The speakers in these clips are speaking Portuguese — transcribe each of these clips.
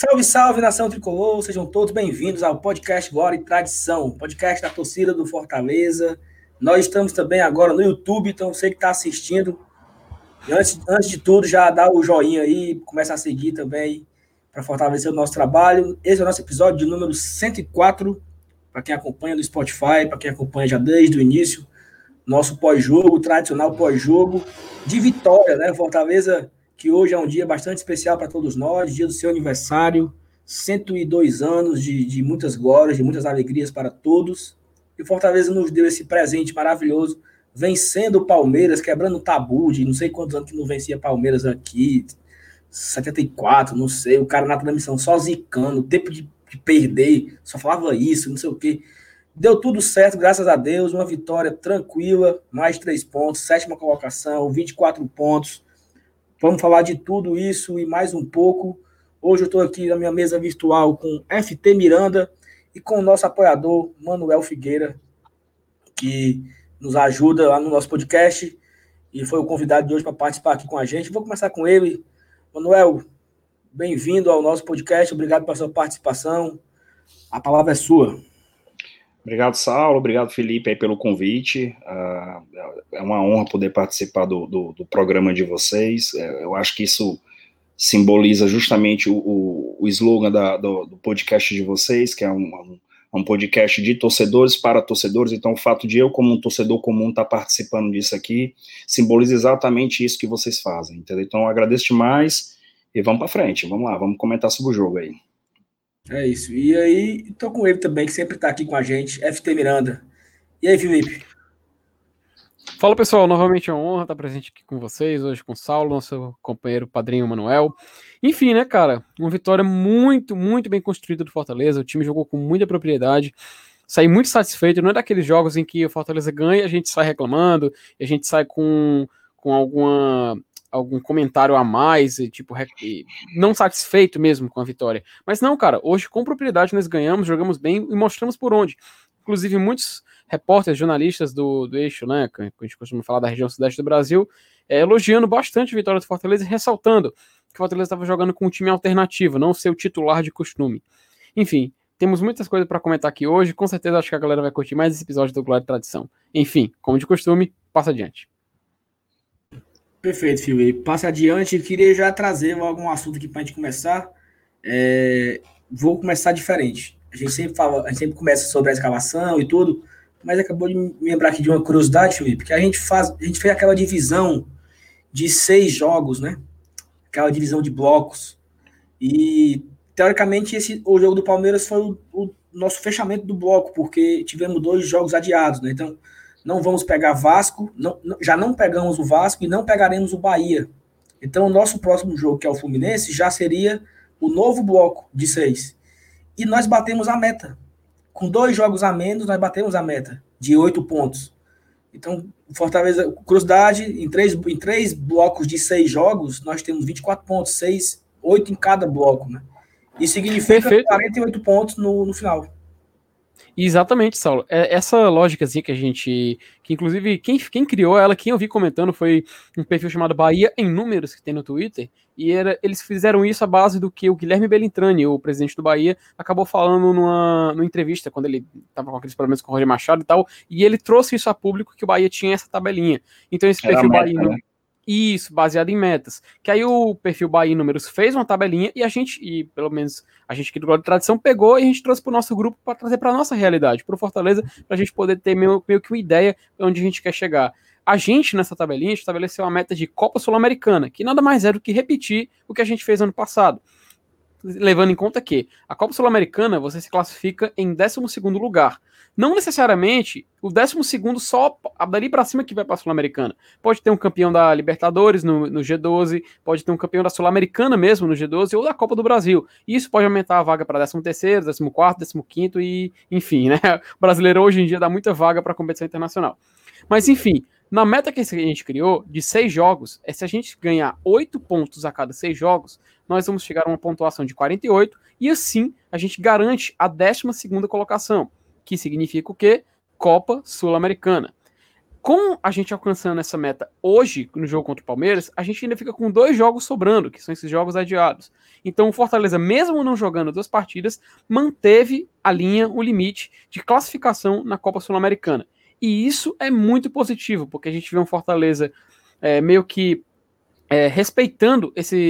Salve, salve, nação tricolor, sejam todos bem-vindos ao podcast Glória e Tradição, podcast da torcida do Fortaleza. Nós estamos também agora no YouTube, então você que está assistindo, e antes de tudo, já dá o joinha aí, começa a seguir também para fortalecer o nosso trabalho. Esse é o nosso episódio de número 104, para quem acompanha no Spotify, para quem acompanha já desde o início, nosso pós-jogo, tradicional pós-jogo de vitória, né? Fortaleza, que hoje é um dia bastante especial para todos nós, dia do seu aniversário, 102 anos de muitas glórias, de muitas alegrias para todos. E o Fortaleza nos deu esse presente maravilhoso, vencendo o Palmeiras, quebrando o tabu de não sei quantos anos que não vencia Palmeiras aqui, 74, não sei, o cara na transmissão só zicando, tempo de perder, só falava isso, não sei o quê. Deu tudo certo, graças a Deus, uma vitória tranquila, mais 3 pontos, sétima colocação, 24 pontos. Vamos falar de tudo isso e mais um pouco. Hoje eu estou aqui na minha mesa virtual com FT Miranda e com o nosso apoiador, Manuel Figueira, que nos ajuda lá no nosso podcast e foi o convidado de hoje para participar aqui com a gente. Vou começar com ele. Manuel, bem-vindo ao nosso podcast, obrigado pela sua participação. A palavra é sua. Obrigado, Saulo. Obrigado, Felipe, aí, pelo convite. É uma honra poder participar do programa de vocês. Eu acho que isso simboliza justamente o slogan do podcast de vocês, que é um podcast de torcedores para torcedores. Então, o fato de eu, como um torcedor comum, estar participando disso aqui, simboliza exatamente isso que vocês fazem, entendeu? Então, eu agradeço demais e vamos para frente. Vamos lá, vamos comentar sobre o jogo aí. É isso. E aí, estou com ele também, que sempre está aqui com a gente, FT Miranda. E aí, Felipe? Fala, pessoal. Novamente é uma honra estar presente aqui com vocês, hoje com o Saulo, nosso companheiro padrinho Manuel. Enfim, né, cara? Uma vitória muito, muito bem construída do Fortaleza. O time jogou com muita propriedade. Saí muito satisfeito. Não é daqueles jogos em que o Fortaleza ganha e a gente sai reclamando, e a gente sai com algum comentário a mais, e, tipo, não satisfeito mesmo com a vitória. Mas não, cara, hoje com propriedade nós ganhamos, jogamos bem e mostramos por onde. Inclusive, muitos repórteres, jornalistas do eixo, né, que a gente costuma falar da região sudeste do Brasil, elogiando bastante a vitória do Fortaleza e ressaltando que o Fortaleza estava jogando com um time alternativo, não seu titular de costume. Enfim, temos muitas coisas para comentar aqui hoje, com certeza acho que a galera vai curtir mais esse episódio do Glória e Tradição. Enfim, como de costume, passa adiante. Perfeito, Felipe. Passe adiante. Eu queria já trazer algum assunto aqui para a gente começar. Vou começar diferente. A gente sempre começa sobre a escalação e tudo, mas acabou de me lembrar aqui de uma curiosidade, Felipe, que a gente fez aquela divisão de 6 jogos, né? Aquela divisão de blocos. E, teoricamente, o jogo do Palmeiras foi o nosso fechamento do bloco, porque tivemos 2 jogos adiados, né? Então, não vamos pegar Vasco, já não pegamos o Vasco e não pegaremos o Bahia. Então, o nosso próximo jogo, que é o Fluminense, já seria o novo bloco de 6. E nós batemos a meta. Com 2 jogos a menos, nós batemos a meta de 8 pontos. Então, Fortaleza, curiosidade, em 3 blocos de 6 jogos, nós temos 24 pontos, 8 em cada bloco, né? Isso significa Perfeito. 48 pontos no final. Exatamente, Saulo. Essa lógicazinha que inclusive, quem criou ela, quem eu vi comentando foi um perfil chamado Bahia em Números, que tem no Twitter, e eles fizeram isso à base do que o Guilherme Bellintrani, o presidente do Bahia, acabou falando numa entrevista, quando ele estava com aqueles problemas com o Roger Machado e tal, e ele trouxe isso a público, que o Bahia tinha essa tabelinha. Então esse perfil Bahia... Né? Isso, baseado em metas. Que aí o perfil Bahia em Números fez uma tabelinha e pelo menos a gente aqui do Glória de Tradição, pegou e a gente trouxe para o nosso grupo para trazer para a nossa realidade, para o Fortaleza, para a gente poder ter meio que uma ideia de onde a gente quer chegar. A gente, nessa tabelinha, estabeleceu uma meta de Copa Sul-Americana, que nada mais é do que repetir o que a gente fez ano passado. Levando em conta que a Copa Sul-Americana você se classifica em 12º lugar. Não necessariamente o 12º só dali para cima que vai para a Sul-Americana. Pode ter um campeão da Libertadores no G12, pode ter um campeão da Sul-Americana mesmo no G12 ou da Copa do Brasil. E isso pode aumentar a vaga para 13º, 14º, 15º e enfim, né? O brasileiro hoje em dia dá muita vaga para a competição internacional. Mas enfim, na meta que a gente criou de 6 jogos, se a gente ganhar 8 pontos a cada 6 jogos, nós vamos chegar a uma pontuação de 48 e assim a gente garante a 12ª colocação, que significa o quê? Copa Sul-Americana. Com a gente alcançando essa meta hoje, no jogo contra o Palmeiras, a gente ainda fica com 2 jogos sobrando, que são esses jogos adiados. Então o Fortaleza, mesmo não jogando 2 partidas, manteve a linha, o limite de classificação na Copa Sul-Americana. E isso é muito positivo, porque a gente vê um Fortaleza meio que respeitando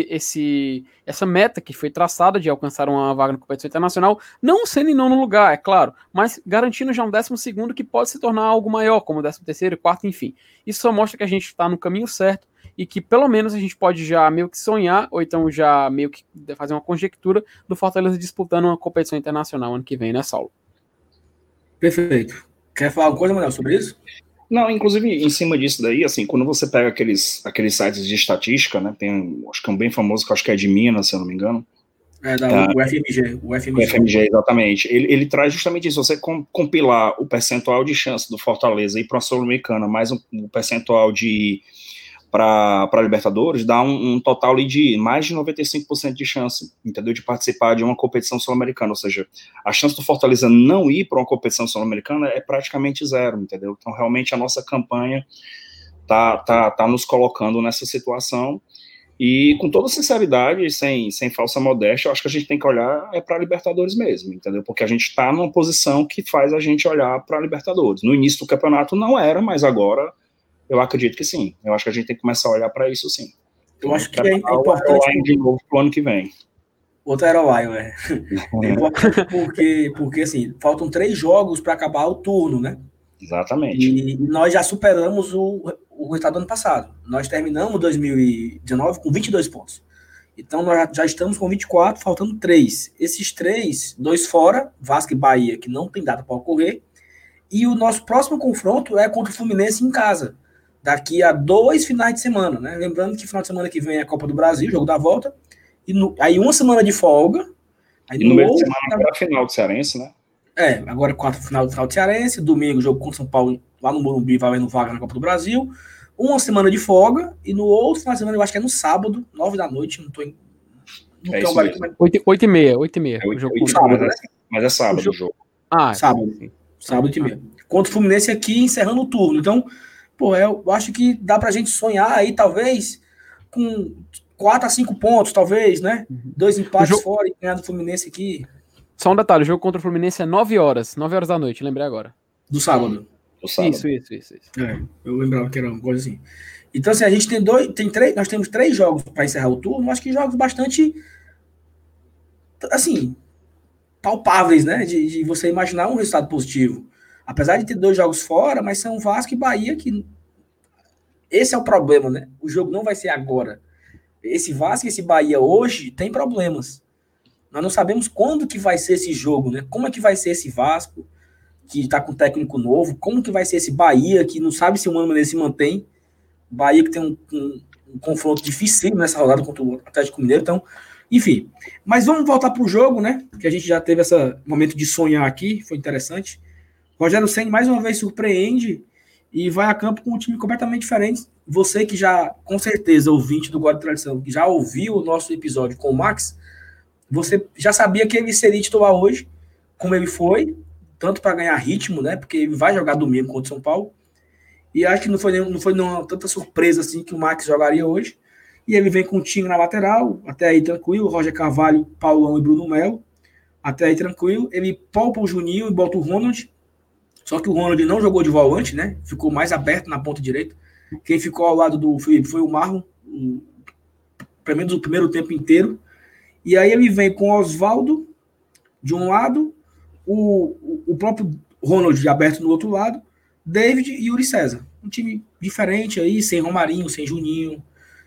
essa meta que foi traçada de alcançar uma vaga na competição internacional, não sendo em nono lugar, é claro, mas garantindo já um 12º que pode se tornar algo maior, como 13º, quarto, enfim. Isso só mostra que a gente está no caminho certo e que pelo menos a gente pode já meio que sonhar, ou então já meio que fazer uma conjectura do Fortaleza disputando uma competição internacional ano que vem, né, Saulo? Perfeito. Quer falar alguma coisa, Manuel, sobre isso? Não, inclusive, em cima disso daí, assim, quando você pega aqueles sites de estatística, né, tem, acho que é um bem famoso, que acho que é de Minas, se eu não me engano. O FMG. O FMG, exatamente. Ele traz justamente isso, você compilar o percentual de chance do Fortaleza ir para a Sul-Americana, mais um percentual de para Libertadores, dá um total de mais de 95% de chance, entendeu? De participar de uma competição sul-americana, ou seja, a chance do Fortaleza não ir para uma competição sul-americana é praticamente zero, entendeu? Então, realmente, a nossa campanha tá nos colocando nessa situação, e com toda sinceridade, sem falsa modéstia, eu acho que a gente tem que olhar para a Libertadores mesmo, entendeu? Porque a gente está numa posição que faz a gente olhar para a Libertadores. No início do campeonato não era, mas agora eu acredito que sim. Eu acho que a gente tem que começar a olhar para isso, sim. Eu acho que é importante de novo pro ano que vem. Outro Aeroline, É importante porque assim, faltam 3 jogos para acabar o turno, né? Exatamente. E nós já superamos o resultado do ano passado. Nós terminamos 2019 com 22 pontos. Então nós já estamos com 24, faltando 3. Esses 3, 2 fora, Vasco e Bahia, que não tem data para ocorrer. E o nosso próximo confronto é contra o Fluminense em casa, daqui a 2 finais de semana, né? Lembrando que final de semana que vem é a Copa do Brasil, jogo da volta, e aí uma semana de folga. Aí no meio de semana agora a final do Cearense, né? Agora final do Cearense, domingo jogo contra São Paulo lá no Morumbi, valendo vaga na Copa do Brasil, uma semana de folga, e no outro final de semana, eu acho que é no sábado, 9 da noite, não tô em... Não isso mesmo. 8h30. Mas é sábado o jogo. Sábado. Sábado 8h30. Contra o Fluminense aqui, encerrando o turno. Então, eu acho que dá pra gente sonhar aí, talvez, com 4 a 5 pontos, talvez, né? 2 empates fora e ganhar do Fluminense aqui. Só um detalhe, o jogo contra o Fluminense é 9 horas da noite, lembrei agora. Do sábado. Isso. Eu lembrava que era uma coisa assim. Então, assim, a gente nós temos 3 jogos para encerrar o turno, acho que jogos bastante, assim, palpáveis, né? De você imaginar um resultado positivo. Apesar de ter 2 jogos fora, mas são Vasco e Bahia que... Esse é o problema, né? O jogo não vai ser agora. Esse Vasco e esse Bahia hoje tem problemas. Nós não sabemos quando que vai ser esse jogo, né? Como é que vai ser esse Vasco, que está com técnico novo? Como que vai ser esse Bahia, que não sabe se o Mano Menezes se mantém? Bahia que tem um confronto difícil nessa rodada contra o Atlético Mineiro. Então, enfim. Mas vamos voltar para o jogo, né? Que a gente já teve esse momento de sonhar aqui, foi interessante. Rogério Ceni mais uma vez surpreende e vai a campo com um time completamente diferente. Você que já, com certeza, ouvinte do God de Tradição, que já ouviu o nosso episódio com o Max, você já sabia que ele seria titular hoje, como ele foi, tanto para ganhar ritmo, né? Porque ele vai jogar domingo contra o São Paulo. E acho que não foi tanta surpresa assim que o Max jogaria hoje. E ele vem com o time na lateral, até aí tranquilo, Roger Carvalho, Paulão e Bruno Melo, até aí tranquilo. Ele poupa o Juninho e bota o Ronald. Só que o Ronald não jogou de volante, né? Ficou mais aberto na ponta direita. Quem ficou ao lado do Felipe foi o Marlon, pelo menos o primeiro tempo inteiro. E aí ele vem com o Oswaldo de um lado, o próprio Ronald aberto no outro lado, David e Yuri César. Um time diferente aí, sem Romarinho, sem Juninho,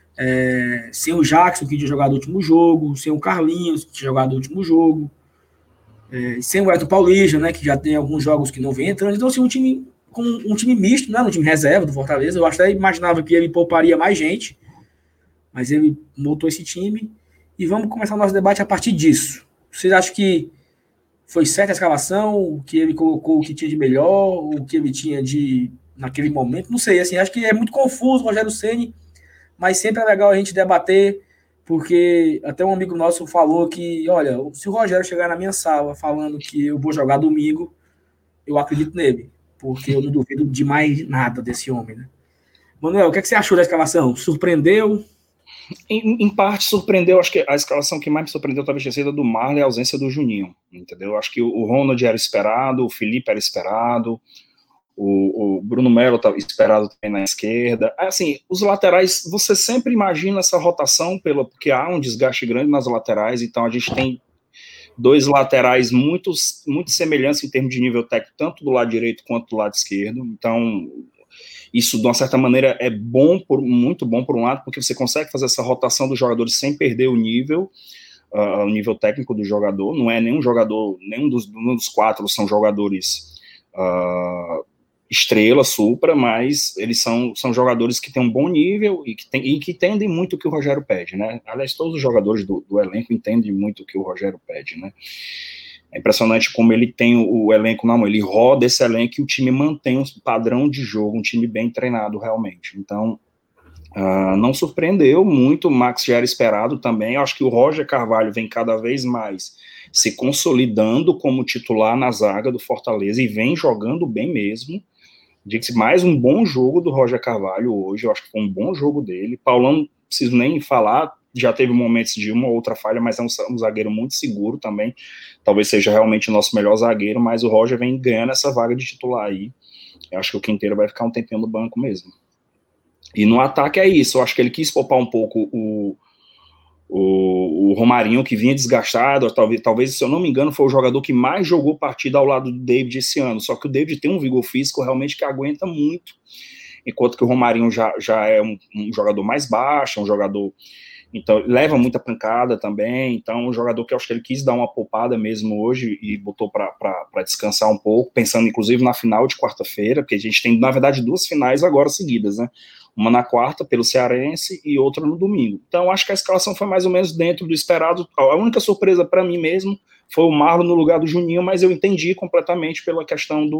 sem o Jackson, que tinha jogado o último jogo, sem o Carlinhos, que tinha jogado o último jogo, sem o Elton Paulista, né, que já tem alguns jogos que não vem entrando. Então, assim, um time misto, né, um time reserva do Fortaleza. Eu até imaginava que ele pouparia mais gente, mas ele montou esse time. E vamos começar o nosso debate a partir disso. Vocês acham que foi certa a escalação, o que ele colocou, o que tinha de melhor, o que ele tinha de naquele momento? Não sei, assim, acho que é muito confuso o Rogério Ceni, mas sempre é legal a gente debater, porque até um amigo nosso falou que, olha, se o Rogério chegar na minha sala falando que eu vou jogar domingo, eu acredito nele. porque eu não duvido de mais nada desse homem, né? Manuel, o que você achou da escalação? Surpreendeu? Em parte surpreendeu, acho que a escalação que mais me surpreendeu talvez tenha sido a do Marlon e a ausência do Juninho, entendeu? Acho que o Ronald era esperado, o Felipe era esperado, o Bruno Melo estava esperado também na esquerda. Assim, os laterais, você sempre imagina essa rotação, porque há um desgaste grande nas laterais, então a gente tem dois laterais muito semelhantes em termos de nível técnico, tanto do lado direito quanto do lado esquerdo, então isso, de uma certa maneira, é bom, muito bom por um lado, porque você consegue fazer essa rotação dos jogadores sem perder o nível técnico do jogador. Não é nenhum jogador, nenhum dos quatro são jogadores estrela, supra, mas eles são jogadores que têm um bom nível e que entendem muito o que o Rogério pede, né? Aliás, todos os jogadores do elenco entendem muito o que o Rogério pede, né? É impressionante como ele tem o elenco na mão, ele roda esse elenco e o time mantém um padrão de jogo, um time bem treinado realmente. Então, não surpreendeu muito, o Max já era esperado também. Eu acho que o Roger Carvalho vem cada vez mais se consolidando como titular na zaga do Fortaleza e vem jogando bem mesmo. Diga-se, mais um bom jogo do Roger Carvalho hoje, eu acho que foi um bom jogo dele. Paulão, não preciso nem falar, já teve momentos de uma ou outra falha, mas é um zagueiro muito seguro também, talvez seja realmente o nosso melhor zagueiro, mas o Roger vem ganhando essa vaga de titular aí. Eu acho que o Quinteiro vai ficar um tempinho no banco mesmo. E no ataque é isso, eu acho que ele quis poupar um pouco o Romarinho, que vinha desgastado, talvez, se eu não me engano, foi o jogador que mais jogou partida ao lado do David esse ano, só que o David tem um vigor físico realmente que aguenta muito, enquanto que o Romarinho já é um jogador mais baixo, um jogador, então, leva muita pancada também, então, um jogador que eu acho que ele quis dar uma poupada mesmo hoje e botou para descansar um pouco, pensando inclusive na final de quarta-feira, porque a gente tem, na verdade, duas finais agora seguidas, né? Uma na quarta pelo Cearense e outra no domingo. Então, acho que a escalação foi mais ou menos dentro do esperado. A única surpresa para mim mesmo foi o Marlon no lugar do Juninho, mas eu entendi completamente pela questão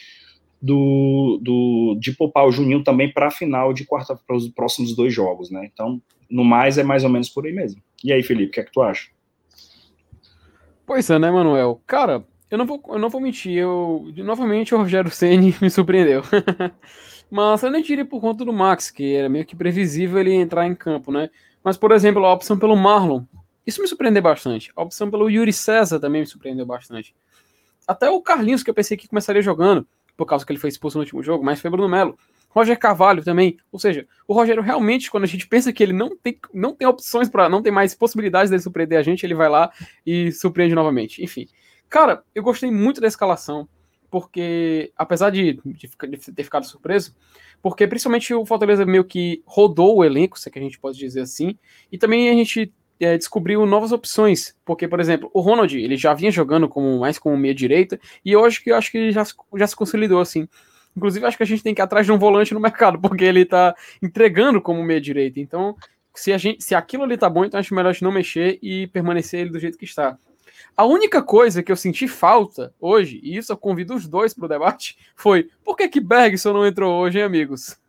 de poupar o Juninho também para a final de quarta, para os próximos 2 jogos, né? Então, no mais, é mais ou menos por aí mesmo. E aí, Felipe, o que é que tu acha? Pois é, né, Manuel? Cara, eu não vou mentir, novamente o Rogério Ceni me surpreendeu. Mas eu nem diria por conta do Max, que era meio que previsível ele entrar em campo, né? Mas, por exemplo, a opção pelo Marlon, isso me surpreendeu bastante. A opção pelo Yuri César também me surpreendeu bastante. Até o Carlinhos, que eu pensei que começaria jogando, por causa que ele foi expulso no último jogo, mas foi Bruno Melo. Roger Carvalho também, ou seja, o Rogério realmente, quando a gente pensa que ele não tem opções para, não tem mais possibilidades dele surpreender a gente, ele vai lá e surpreende novamente. Enfim, cara, eu gostei muito da escalação, porque, apesar de ter ficado surpreso, porque principalmente o Fortaleza meio que rodou o elenco, se é que a gente pode dizer assim, e também a gente descobriu novas opções, porque, por exemplo, o Ronald, ele já vinha jogando mais como meia direita, e hoje que eu acho que ele já se consolidou assim. Inclusive, acho que a gente tem que ir atrás de um volante no mercado, porque ele tá entregando como meia direita. Então, se aquilo ali tá bom, então acho melhor a gente não mexer e permanecer ele do jeito que está. A única coisa que eu senti falta hoje, e isso eu convido os dois pro debate, foi: por que Bergson não entrou hoje, hein, amigos?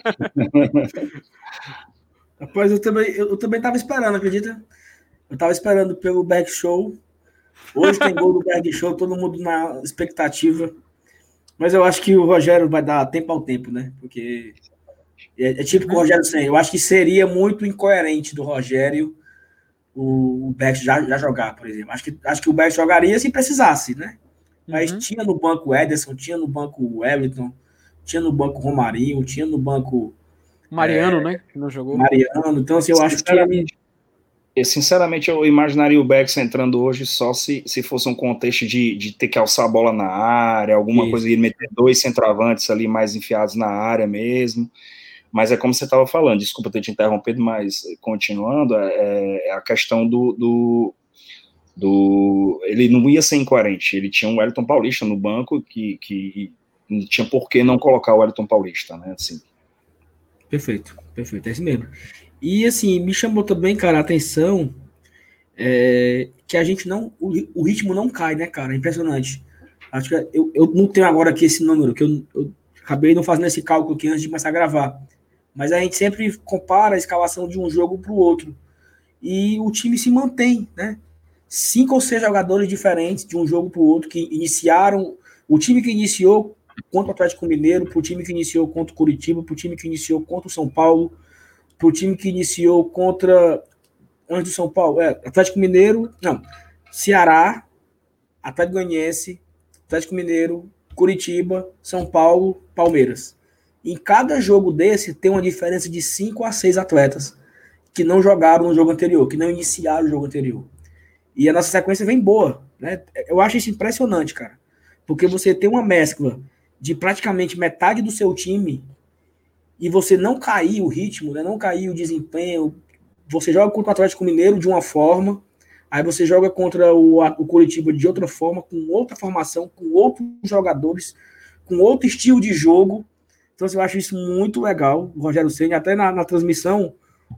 Rapaz, eu também tava esperando, acredita? Eu tava esperando pelo Berg Show. Hoje tem gol do Berg Show, todo mundo na expectativa. Mas eu acho que o Rogério vai dar tempo ao tempo, né? Porque é tipo o Rogério Ceni. Eu acho que seria muito incoerente do Rogério o Beck já jogar, por exemplo. Acho que o Beck jogaria se precisasse, né? Mas tinha no banco o Ederson, tinha no banco o Everton, tinha no banco o Romarinho, tinha no banco Mariano, né? Que não jogou. Mariano. Então, assim, eu acho que ele... Sinceramente, eu imaginaria o Beckson entrando hoje só se fosse um contexto de ter que alçar a bola na área, alguma coisa, de meter 2 centroavantes ali mais enfiados na área mesmo. Mas é como você estava falando, desculpa ter te interrompido, mas continuando, é a questão do ele não ia ser incoerente, ele tinha um Wellington Paulista no banco que não tinha por que não colocar o Wellington Paulista, né, assim. Perfeito, é isso mesmo. E assim, me chamou também, cara, a atenção que a gente não, o ritmo não cai, né, cara, é impressionante. Acho que eu não tenho agora aqui esse número, que eu acabei não fazendo esse cálculo aqui antes de começar a gravar, mas a gente sempre compara a escalação de um jogo para o outro, e o time se mantém, né, 5 ou 6 jogadores diferentes de um jogo para o outro, que iniciaram, o time que iniciou contra o Atlético Mineiro, para o time que iniciou contra o Curitiba, para o time que iniciou contra o São Paulo, para o time que iniciou contra... Antes do São Paulo, Atlético Mineiro, não, Ceará, Atlético Goianiense, Atlético Mineiro, Curitiba, São Paulo, Palmeiras. Em cada jogo desse tem uma diferença de 5 a 6 atletas que não jogaram no jogo anterior, que não iniciaram o jogo anterior. E a nossa sequência vem boa, né? Eu acho isso impressionante, cara. Porque você tem uma mescla de praticamente metade do seu time e você não cair o ritmo, né? Não cair o desempenho. Você joga contra o Atlético Mineiro de uma forma, aí você joga contra o Curitiba de outra forma, com outra formação, com outros jogadores, com outro estilo de jogo. Então, eu acho isso muito legal. O Rogério Ceni, até na transmissão,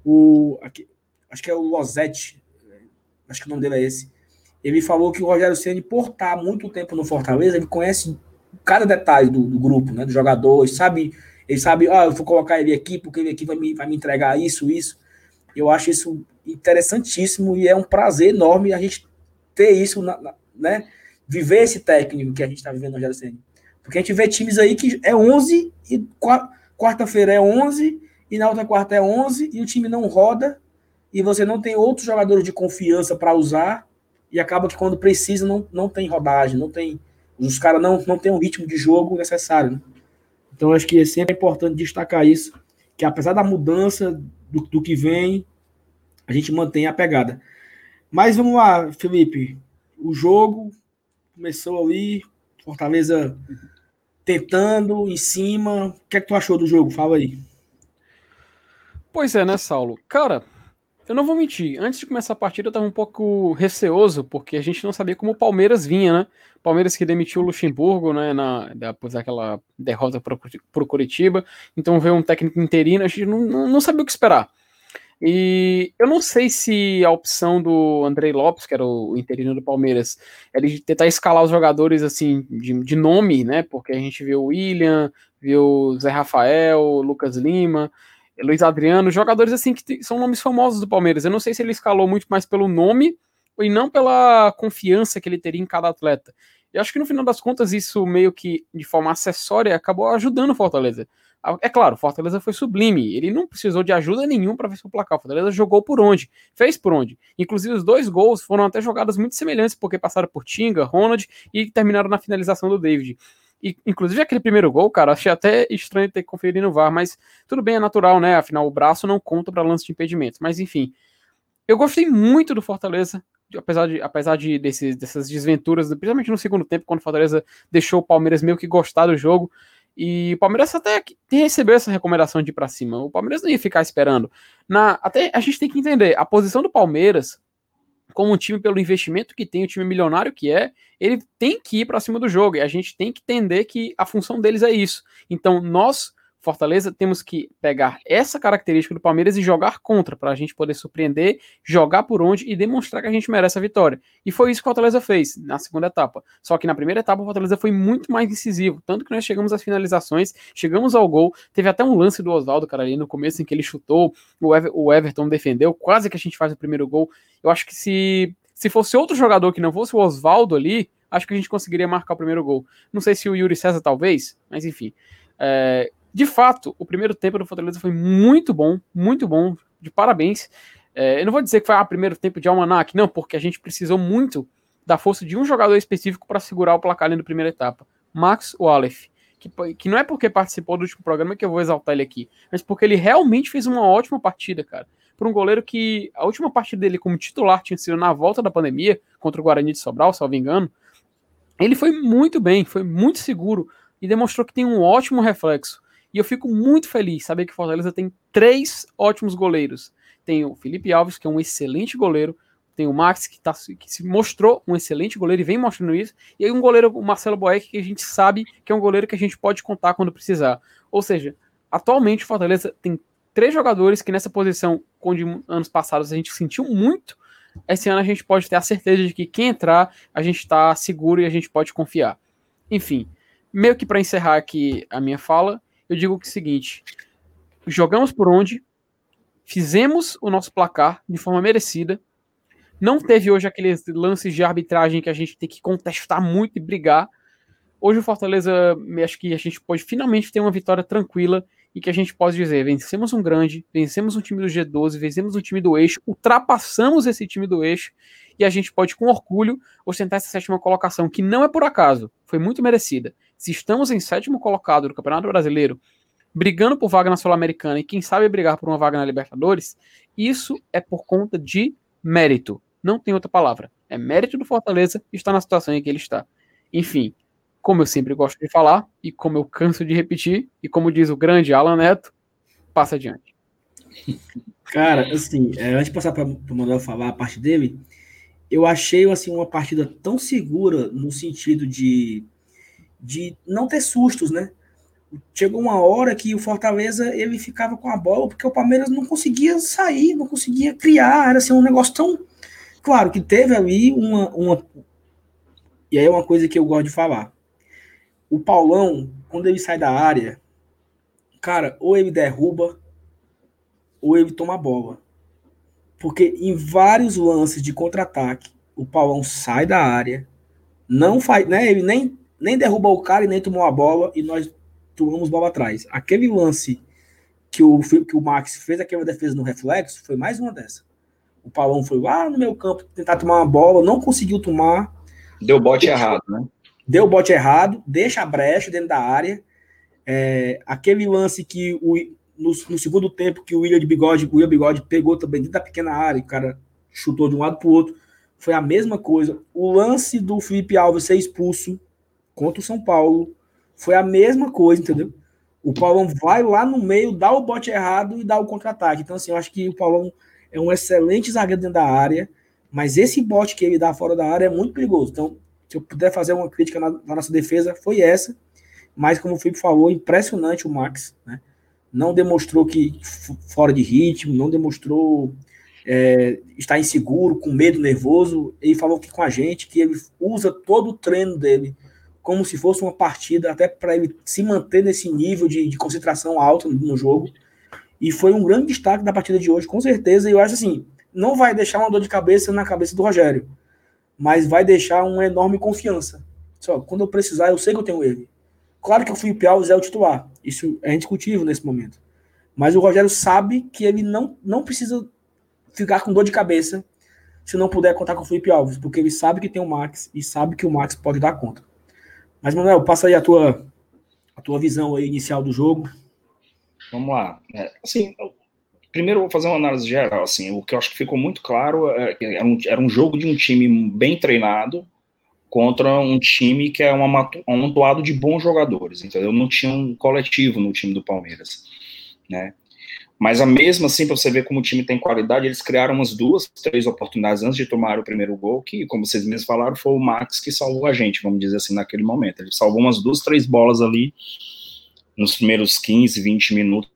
acho que é o Losetti, acho que o nome dele é esse, ele falou que o Rogério Ceni, por estar muito tempo no Fortaleza, ele conhece cada detalhe do grupo, né, do jogador, ele sabe, eu vou colocar ele aqui, porque ele aqui vai me entregar isso. Eu acho isso interessantíssimo e é um prazer enorme a gente ter isso, né, viver esse técnico que a gente está vivendo no Rogério Ceni. Porque a gente vê times aí que é 11 e quarta-feira é 11 e na outra quarta é 11 e o time não roda e você não tem outros jogadores de confiança para usar e acaba que quando precisa não tem rodagem, os caras não têm um ritmo de jogo necessário, né? Então acho que é sempre importante destacar isso, que apesar da mudança do que vem, a gente mantém a pegada. Mas vamos lá, Felipe, o jogo começou ali, Fortaleza tentando, em cima. O que é que tu achou do jogo? Fala aí. Pois é, né, Saulo? Cara, eu não vou mentir. Antes de começar a partida, eu tava um pouco receoso, porque a gente não sabia como o Palmeiras vinha, né? Palmeiras que demitiu o Luxemburgo, né, depois daquela derrota pro Curitiba. Então veio um técnico interino, a gente não sabia o que esperar. E eu não sei se a opção do Andrei Lopes, que era o interino do Palmeiras, era de tentar escalar os jogadores assim de nome, né? Porque a gente viu o William, viu o Zé Rafael, Lucas Lima, Luiz Adriano, jogadores assim que são nomes famosos do Palmeiras. Eu não sei se ele escalou muito mais pelo nome e não pela confiança que ele teria em cada atleta. Eu acho que no final das contas isso meio que de forma acessória acabou ajudando o Fortaleza. É claro, o Fortaleza foi sublime, ele não precisou de ajuda nenhuma para ver seu placar. O Fortaleza jogou por onde, fez por onde. Inclusive os 2 gols foram até jogadas muito semelhantes, porque passaram por Tinga, Ronald e terminaram na finalização do David. E, inclusive aquele primeiro gol, cara, achei até estranho ter conferido no VAR, mas tudo bem, é natural, né? Afinal, o braço não conta para lance de impedimento. Mas enfim, eu gostei muito do Fortaleza, apesar dessas desventuras, principalmente no segundo tempo, quando o Fortaleza deixou o Palmeiras meio que gostar do jogo. E o Palmeiras até recebeu essa recomendação de ir pra cima. O Palmeiras não ia ficar esperando. Até a gente tem que entender, a posição do Palmeiras, como um time pelo investimento que tem, o time milionário que é, ele tem que ir pra cima do jogo. E a gente tem que entender que a função deles é isso. Então nós, Fortaleza, temos que pegar essa característica do Palmeiras e jogar contra, para a gente poder surpreender, jogar por onde e demonstrar que a gente merece a vitória. E foi isso que o Fortaleza fez na segunda etapa. Só que na primeira etapa o Fortaleza foi muito mais decisivo, tanto que nós chegamos às finalizações, chegamos ao gol, teve até um lance do Oswaldo, cara, ali no começo em que ele chutou, o Everton defendeu, quase que a gente faz o primeiro gol. Eu acho que se fosse outro jogador que não fosse o Oswaldo ali, acho que a gente conseguiria marcar o primeiro gol. Não sei se o Yuri César talvez, mas enfim. De fato, o primeiro tempo do Fortaleza foi muito bom, de parabéns. Eu não vou dizer que foi o primeiro tempo de almanac, não, porque a gente precisou muito da força de um jogador específico para segurar o placar ali na primeira etapa, Max Wallace, que não é porque participou do último programa que eu vou exaltar ele aqui, mas porque ele realmente fez uma ótima partida, cara. Por um goleiro que a última partida dele como titular tinha sido na volta da pandemia, contra o Guarani de Sobral, salvo engano. Ele foi muito bem, foi muito seguro e demonstrou que tem um ótimo reflexo. E eu fico muito feliz saber que o Fortaleza tem 3 ótimos goleiros. Tem o Felipe Alves, que é um excelente goleiro. Tem o Max, que se mostrou um excelente goleiro e vem mostrando isso. E aí um goleiro, o Marcelo Boeck, que a gente sabe que é um goleiro que a gente pode contar quando precisar. Ou seja, atualmente o Fortaleza tem 3 jogadores que nessa posição, onde anos passados a gente sentiu muito, esse ano a gente pode ter a certeza de que quem entrar, a gente está seguro e a gente pode confiar. Enfim, meio que para encerrar aqui a minha fala, eu digo que é o seguinte: jogamos por onde, fizemos o nosso placar de forma merecida, não teve hoje aqueles lances de arbitragem que a gente tem que contestar muito e brigar, Hoje o Fortaleza, acho que a gente pode finalmente ter uma vitória tranquila e que a gente pode dizer, vencemos um grande, vencemos um time do G12, vencemos um time do eixo, ultrapassamos esse time do eixo e a gente pode com orgulho ostentar essa 7ª colocação, que não é por acaso, foi muito merecida. Se estamos em 7º colocado do Campeonato Brasileiro, brigando por vaga na Sul-Americana e quem sabe brigar por uma vaga na Libertadores, isso é por conta de mérito. Não tem outra palavra. É mérito do Fortaleza estar na situação em que ele está. Enfim, como eu sempre gosto de falar, e como eu canso de repetir, e como diz o grande Alan Neto, passa adiante. Cara, assim, antes de passar para o Manuel falar a parte dele, eu achei assim, uma partida tão segura no sentido de não ter sustos, né? Chegou uma hora que o Fortaleza ele ficava com a bola porque o Palmeiras não conseguia sair, não conseguia criar, era assim, um negócio tão... Claro que teve ali uma... E aí é uma coisa que eu gosto de falar. O Paulão, quando ele sai da área, cara, ou ele derruba, ou ele toma a bola. Porque em vários lances de contra-ataque, o Paulão sai da área, não faz, né? Ele nem derruba o cara e nem tomou a bola, e nós tomamos bola atrás. Aquele lance que o Max fez aquela defesa no reflexo, foi mais uma dessa. O Paulão foi lá no meu campo tentar tomar uma bola, não conseguiu tomar. Deu bote errado, né? Deu bote errado, deixa a brecha dentro da área. Aquele lance que no segundo tempo que o William Bigode pegou também dentro da pequena área, o cara chutou de um lado para o outro, foi a mesma coisa. O lance do Felipe Alves ser expulso contra o São Paulo foi a mesma coisa, entendeu? O Paulão vai lá no meio, dá o bote errado e dá o contra-ataque. Então, assim, eu acho que o Paulão é um excelente zagueiro dentro da área, mas esse bote que ele dá fora da área é muito perigoso. Então, se eu puder fazer uma crítica na nossa defesa, foi essa. Mas, como o Felipe falou, impressionante o Max, né? Não demonstrou que fora de ritmo, não demonstrou estar inseguro, com medo, nervoso. Ele falou aqui com a gente que ele usa todo o treino dele como se fosse uma partida, até para ele se manter nesse nível de concentração alta no jogo. E foi um grande destaque da partida de hoje, com certeza. E eu acho assim, não vai deixar uma dor de cabeça na cabeça do Rogério, mas vai deixar uma enorme confiança. Só, quando eu precisar, eu sei que eu tenho ele. Claro que o Felipe Alves é o titular, isso é indiscutível nesse momento. Mas o Rogério sabe que ele não precisa ficar com dor de cabeça se não puder contar com o Felipe Alves, porque ele sabe que tem o Max e sabe que o Max pode dar conta. Mas, Manuel, passa aí a tua visão aí inicial do jogo. Vamos lá. Assim, primeiro eu vou fazer uma análise geral. Assim, o que eu acho que ficou muito claro era um jogo de um time bem treinado contra um time que é um amontoado de bons jogadores, entendeu? Não tinha um coletivo no time do Palmeiras, né? Mas mesmo assim, para você ver como o time tem qualidade, eles criaram umas 2, 3 oportunidades antes de tomar o primeiro gol, que, como vocês mesmos falaram, foi o Max que salvou a gente, vamos dizer assim, naquele momento. Ele salvou umas 2, 3 bolas ali nos primeiros 15, 20 minutos,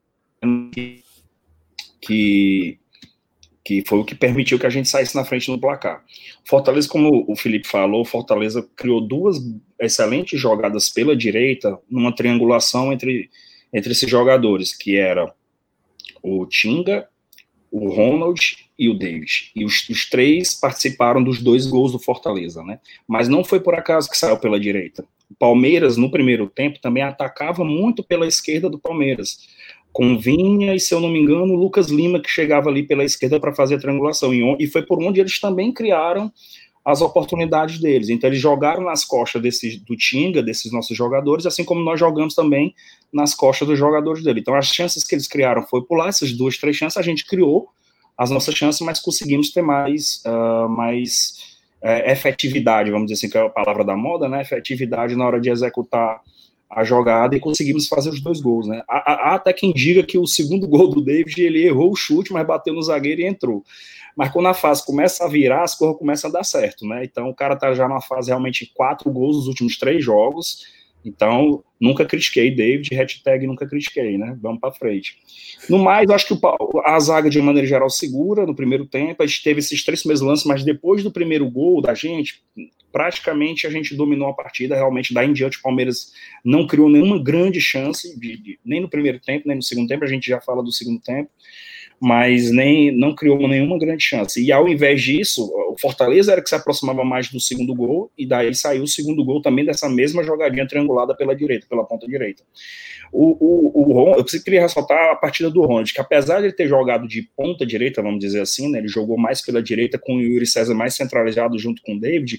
que foi o que permitiu que a gente saísse na frente no placar. Fortaleza, como o Felipe falou, Fortaleza criou 2 excelentes jogadas pela direita, numa triangulação entre esses jogadores, que era o Tinga, o Ronald e o David. E os 3 participaram dos 2 gols do Fortaleza, né? Mas não foi por acaso que saiu pela direita. O Palmeiras, no primeiro tempo, também atacava muito pela esquerda do Palmeiras, com Vinha e, se eu não me engano, o Lucas Lima, que chegava ali pela esquerda para fazer a triangulação. E foi por onde eles também criaram as oportunidades deles. Então, eles jogaram nas costas do Tinga, desses nossos jogadores, assim como nós jogamos também nas costas dos jogadores dele. Então, as chances que eles criaram foi pular essas 2, 3 chances, a gente criou as nossas chances, mas conseguimos ter mais efetividade, vamos dizer assim, que é a palavra da moda, né? Efetividade na hora de executar a jogada, e conseguimos fazer os 2 gols, né? Há até quem diga que o segundo gol do David, ele errou o chute, mas bateu no zagueiro e entrou. Mas quando a fase começa a virar, as coisas começam a dar certo, né? Então o cara tá já numa fase realmente 4 gols nos últimos 3 jogos. Então, nunca critiquei David, hashtag nunca critiquei, né? Vamos para frente. No mais, eu acho que a zaga, de maneira geral, segura no primeiro tempo. A gente teve esses 3 primeiros lances, mas depois do primeiro gol da gente, praticamente a gente dominou a partida. Realmente, daí em diante, o Palmeiras não criou nenhuma grande chance, nem no primeiro tempo, nem no segundo tempo. A gente já fala do segundo tempo. mas não criou nenhuma grande chance. E ao invés disso, o Fortaleza era que se aproximava mais do segundo gol, e daí saiu o segundo gol também dessa mesma jogadinha triangulada pela direita, pela ponta direita. Eu queria ressaltar a partida do Ronald, que apesar de ele ter jogado de ponta direita, vamos dizer assim, né, ele jogou mais pela direita com o Yuri César mais centralizado junto com o David.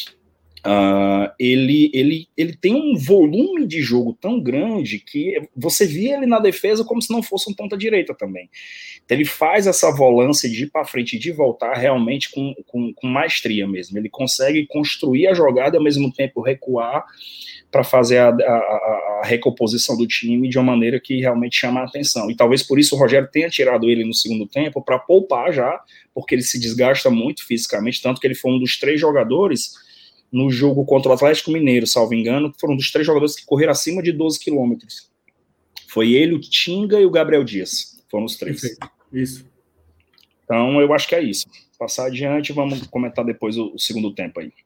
Ele tem um volume de jogo tão grande que você via ele na defesa como se não fosse um ponta direita também. Então ele faz essa volância de ir para frente e de voltar realmente com maestria mesmo. Ele consegue construir a jogada e ao mesmo tempo recuar para fazer a recomposição do time de uma maneira que realmente chama a atenção. E talvez por isso o Rogério tenha tirado ele no segundo tempo para poupar já, porque ele se desgasta muito fisicamente, tanto que ele foi um dos 3 jogadores no jogo contra o Atlético Mineiro, salvo engano, foram um dos 3 jogadores que correram acima de 12 quilômetros. Foi ele, o Tinga e o Gabriel Dias. Foram os 3. Perfeito. Isso. Então, eu acho que é isso. Passar adiante, vamos comentar depois o segundo tempo aí.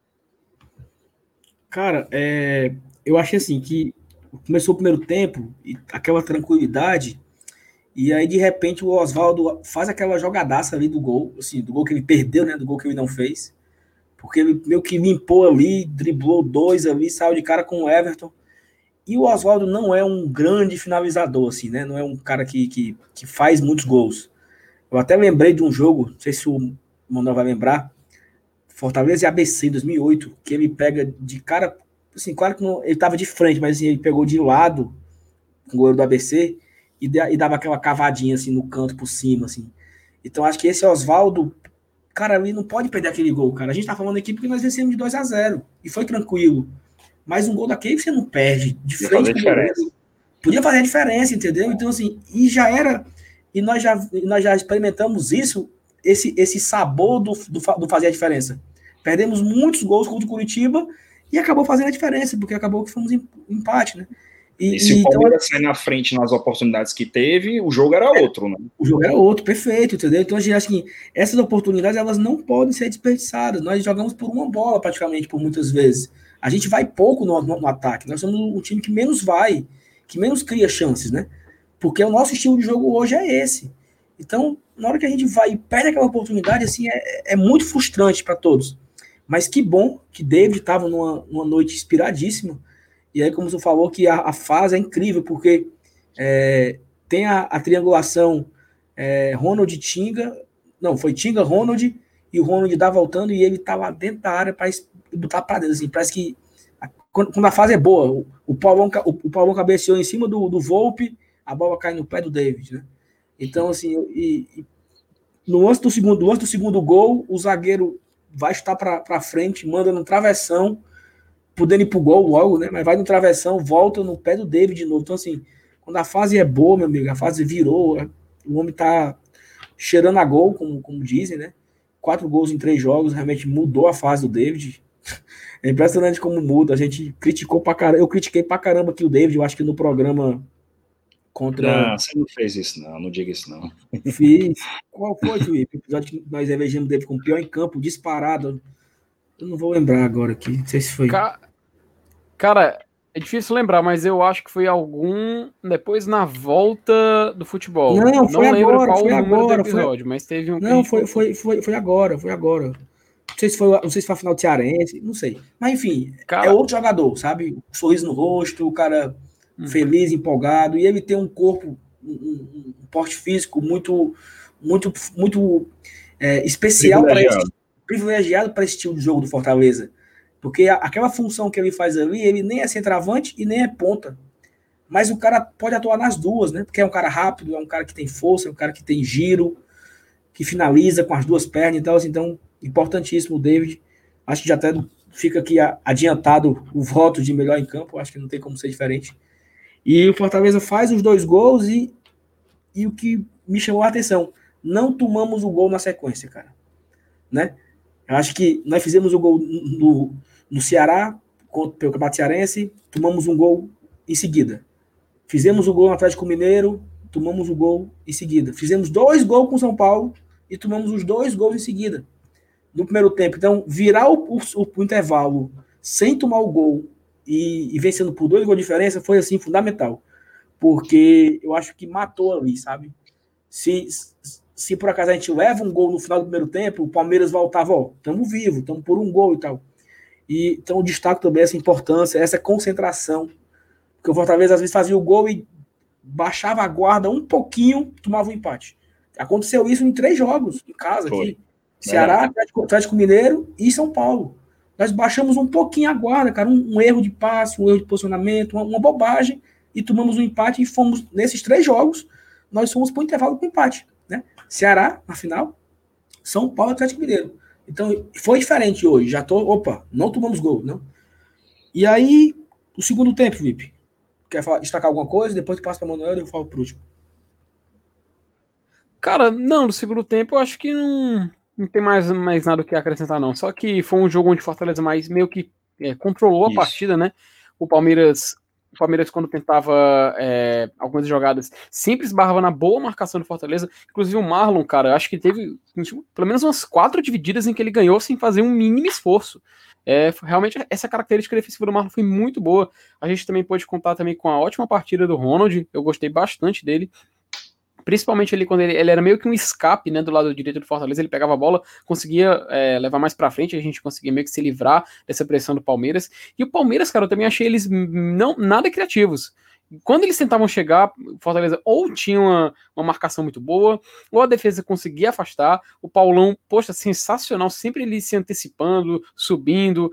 Cara, eu achei assim, que começou o primeiro tempo, e aquela tranquilidade, e aí, de repente, o Oswaldo faz aquela jogadaça ali do gol, assim, do gol que ele perdeu, né, do gol que ele não fez, porque ele meio que limpou ali, driblou 2 ali, saiu de cara com o Everton. E o Oswaldo não é um grande finalizador, assim, né? Não é um cara que faz muitos gols. Eu até lembrei de um jogo, não sei se o Manuel vai lembrar, Fortaleza e ABC em 2008, que ele pega de cara, assim, claro que não, ele estava de frente, mas assim, ele pegou de lado com o goleiro do ABC e dava aquela cavadinha assim no canto por cima, assim. Então acho que esse Oswaldo, cara, ele não pode perder aquele gol, cara. A gente tá falando aqui porque nós vencemos de 2-0 e foi tranquilo. Mas um gol daquele você não perde de frente com o goleiro. Podia fazer a diferença, entendeu? Então, assim, e já era. E nós já experimentamos isso, esse sabor do fazer a diferença. Perdemos muitos gols contra o Curitiba e acabou fazendo a diferença, porque acabou que fomos em empate, né? E se o Palmeiras sair na frente nas oportunidades que teve, o jogo era outro, né? O jogo era outro, perfeito, entendeu? Então a gente acha que essas oportunidades elas não podem ser desperdiçadas. Nós jogamos por uma bola, praticamente, por muitas vezes. A gente vai pouco no ataque. Nós somos um time que menos vai, que menos cria chances, né? Porque o nosso estilo de jogo hoje é esse. Então, na hora que a gente vai e perde aquela oportunidade, assim, é muito frustrante para todos. Mas que bom que David estava numa noite inspiradíssima. E aí, como você falou, que a fase é incrível, porque tem a triangulação Ronald Tinga, não, foi Tinga, Ronald, e o Ronald dá voltando e ele tá lá dentro da área para botar para dentro, assim, parece que quando a fase é boa, o Paulão cabeceou em cima do Volpe, a bola cai no pé do David, né? Então, assim, no lance do segundo gol, o zagueiro vai chutar para frente, manda no travessão, podendo ir pro gol logo, né? Mas vai no travessão, volta no pé do David de novo. Então, assim, quando a fase é boa, meu amigo, a fase virou, o homem tá cheirando a gol, como dizem, né? 4 gols em 3 jogos, realmente mudou a fase do David. É impressionante como muda. A gente criticou pra caramba. Eu critiquei pra caramba aqui o David, eu acho que no programa contra. Não, você não fez isso, não diga isso, não. Fiz. Qual foi, Felipe? O episódio que nós elegemos o David como pior em campo, disparado. Eu não vou lembrar agora aqui. Não sei se foi. Cara, é difícil lembrar, mas eu acho que foi algum depois na volta do futebol. Não, foi lembro agora, qual foi o número agora, do episódio, mas teve um. Não, foi agora, foi agora. Não sei se foi a final do Cearense, não sei. Mas enfim, cara, é outro jogador, sabe? Um sorriso no rosto, o cara feliz, empolgado, e ele tem um corpo, um porte físico muito especial, privilegiado para esse estilo de jogo do Fortaleza. Porque aquela função que ele faz ali, ele nem é centroavante e nem é ponta. Mas o cara pode atuar nas duas, né? Porque é um cara rápido, é um cara que tem força, é um cara que tem giro, que finaliza com as duas pernas e tal. Então, importantíssimo o David. Acho que já até fica aqui adiantado o voto de melhor em campo. Acho que não tem como ser diferente. E o Fortaleza faz os 2 gols e o que me chamou a atenção, não tomamos o gol na sequência, cara. Né? Eu acho que nós fizemos o gol no Ceará, pelo Campeonato Cearense, tomamos um gol em seguida. Fizemos o gol no Atlético Mineiro, tomamos o gol em seguida. Fizemos 2 gols com o São Paulo e tomamos os 2 gols em seguida. No primeiro tempo. Então, virar o intervalo sem tomar o gol e vencendo por 2 gols de diferença foi, assim, fundamental. Porque eu acho que matou ali, sabe? Se por acaso a gente leva um gol no final do primeiro tempo, o Palmeiras voltava, estamos vivos, estamos por um gol e tal. E, então eu destaco também essa importância, essa concentração, porque o Fortaleza às vezes fazia o gol e baixava a guarda um pouquinho, tomava um empate. Aconteceu isso em 3 jogos em casa aqui. Ceará, Atlético Mineiro e São Paulo. Nós baixamos um pouquinho a guarda, cara, um erro de passe, um erro de posicionamento, uma bobagem, e tomamos um empate e fomos, nesses 3 jogos, nós fomos para o intervalo com empate, né? Ceará, na final, São Paulo e Atlético Mineiro. Então, foi diferente hoje. Não tomamos gol, não. E aí, o segundo tempo, Felipe, quer destacar alguma coisa? Depois tu passa para o Manuel e eu falo por último. Cara, não, no segundo tempo eu acho que não tem mais nada o que acrescentar, não. Só que foi um jogo onde o Fortaleza mais meio que controlou a partida, né? O Palmeiras, quando tentava algumas jogadas, sempre esbarrava na boa marcação do Fortaleza. Inclusive o Marlon, cara, acho que teve pelo menos umas 4 divididas em que ele ganhou sem fazer um mínimo esforço. Realmente essa característica defensiva do Marlon foi muito boa. A gente também pôde contar também com a ótima partida do Ronald. Eu gostei bastante dele. Principalmente ali quando ele era meio que um escape, né, do lado direito do Fortaleza, ele pegava a bola, conseguia levar mais pra frente, a gente conseguia meio que se livrar dessa pressão do Palmeiras. E o Palmeiras, cara, eu também achei eles nada criativos. Quando eles tentavam chegar, o Fortaleza ou tinha uma marcação muito boa, ou a defesa conseguia afastar. O Paulão, poxa, sensacional, sempre ele se antecipando, subindo.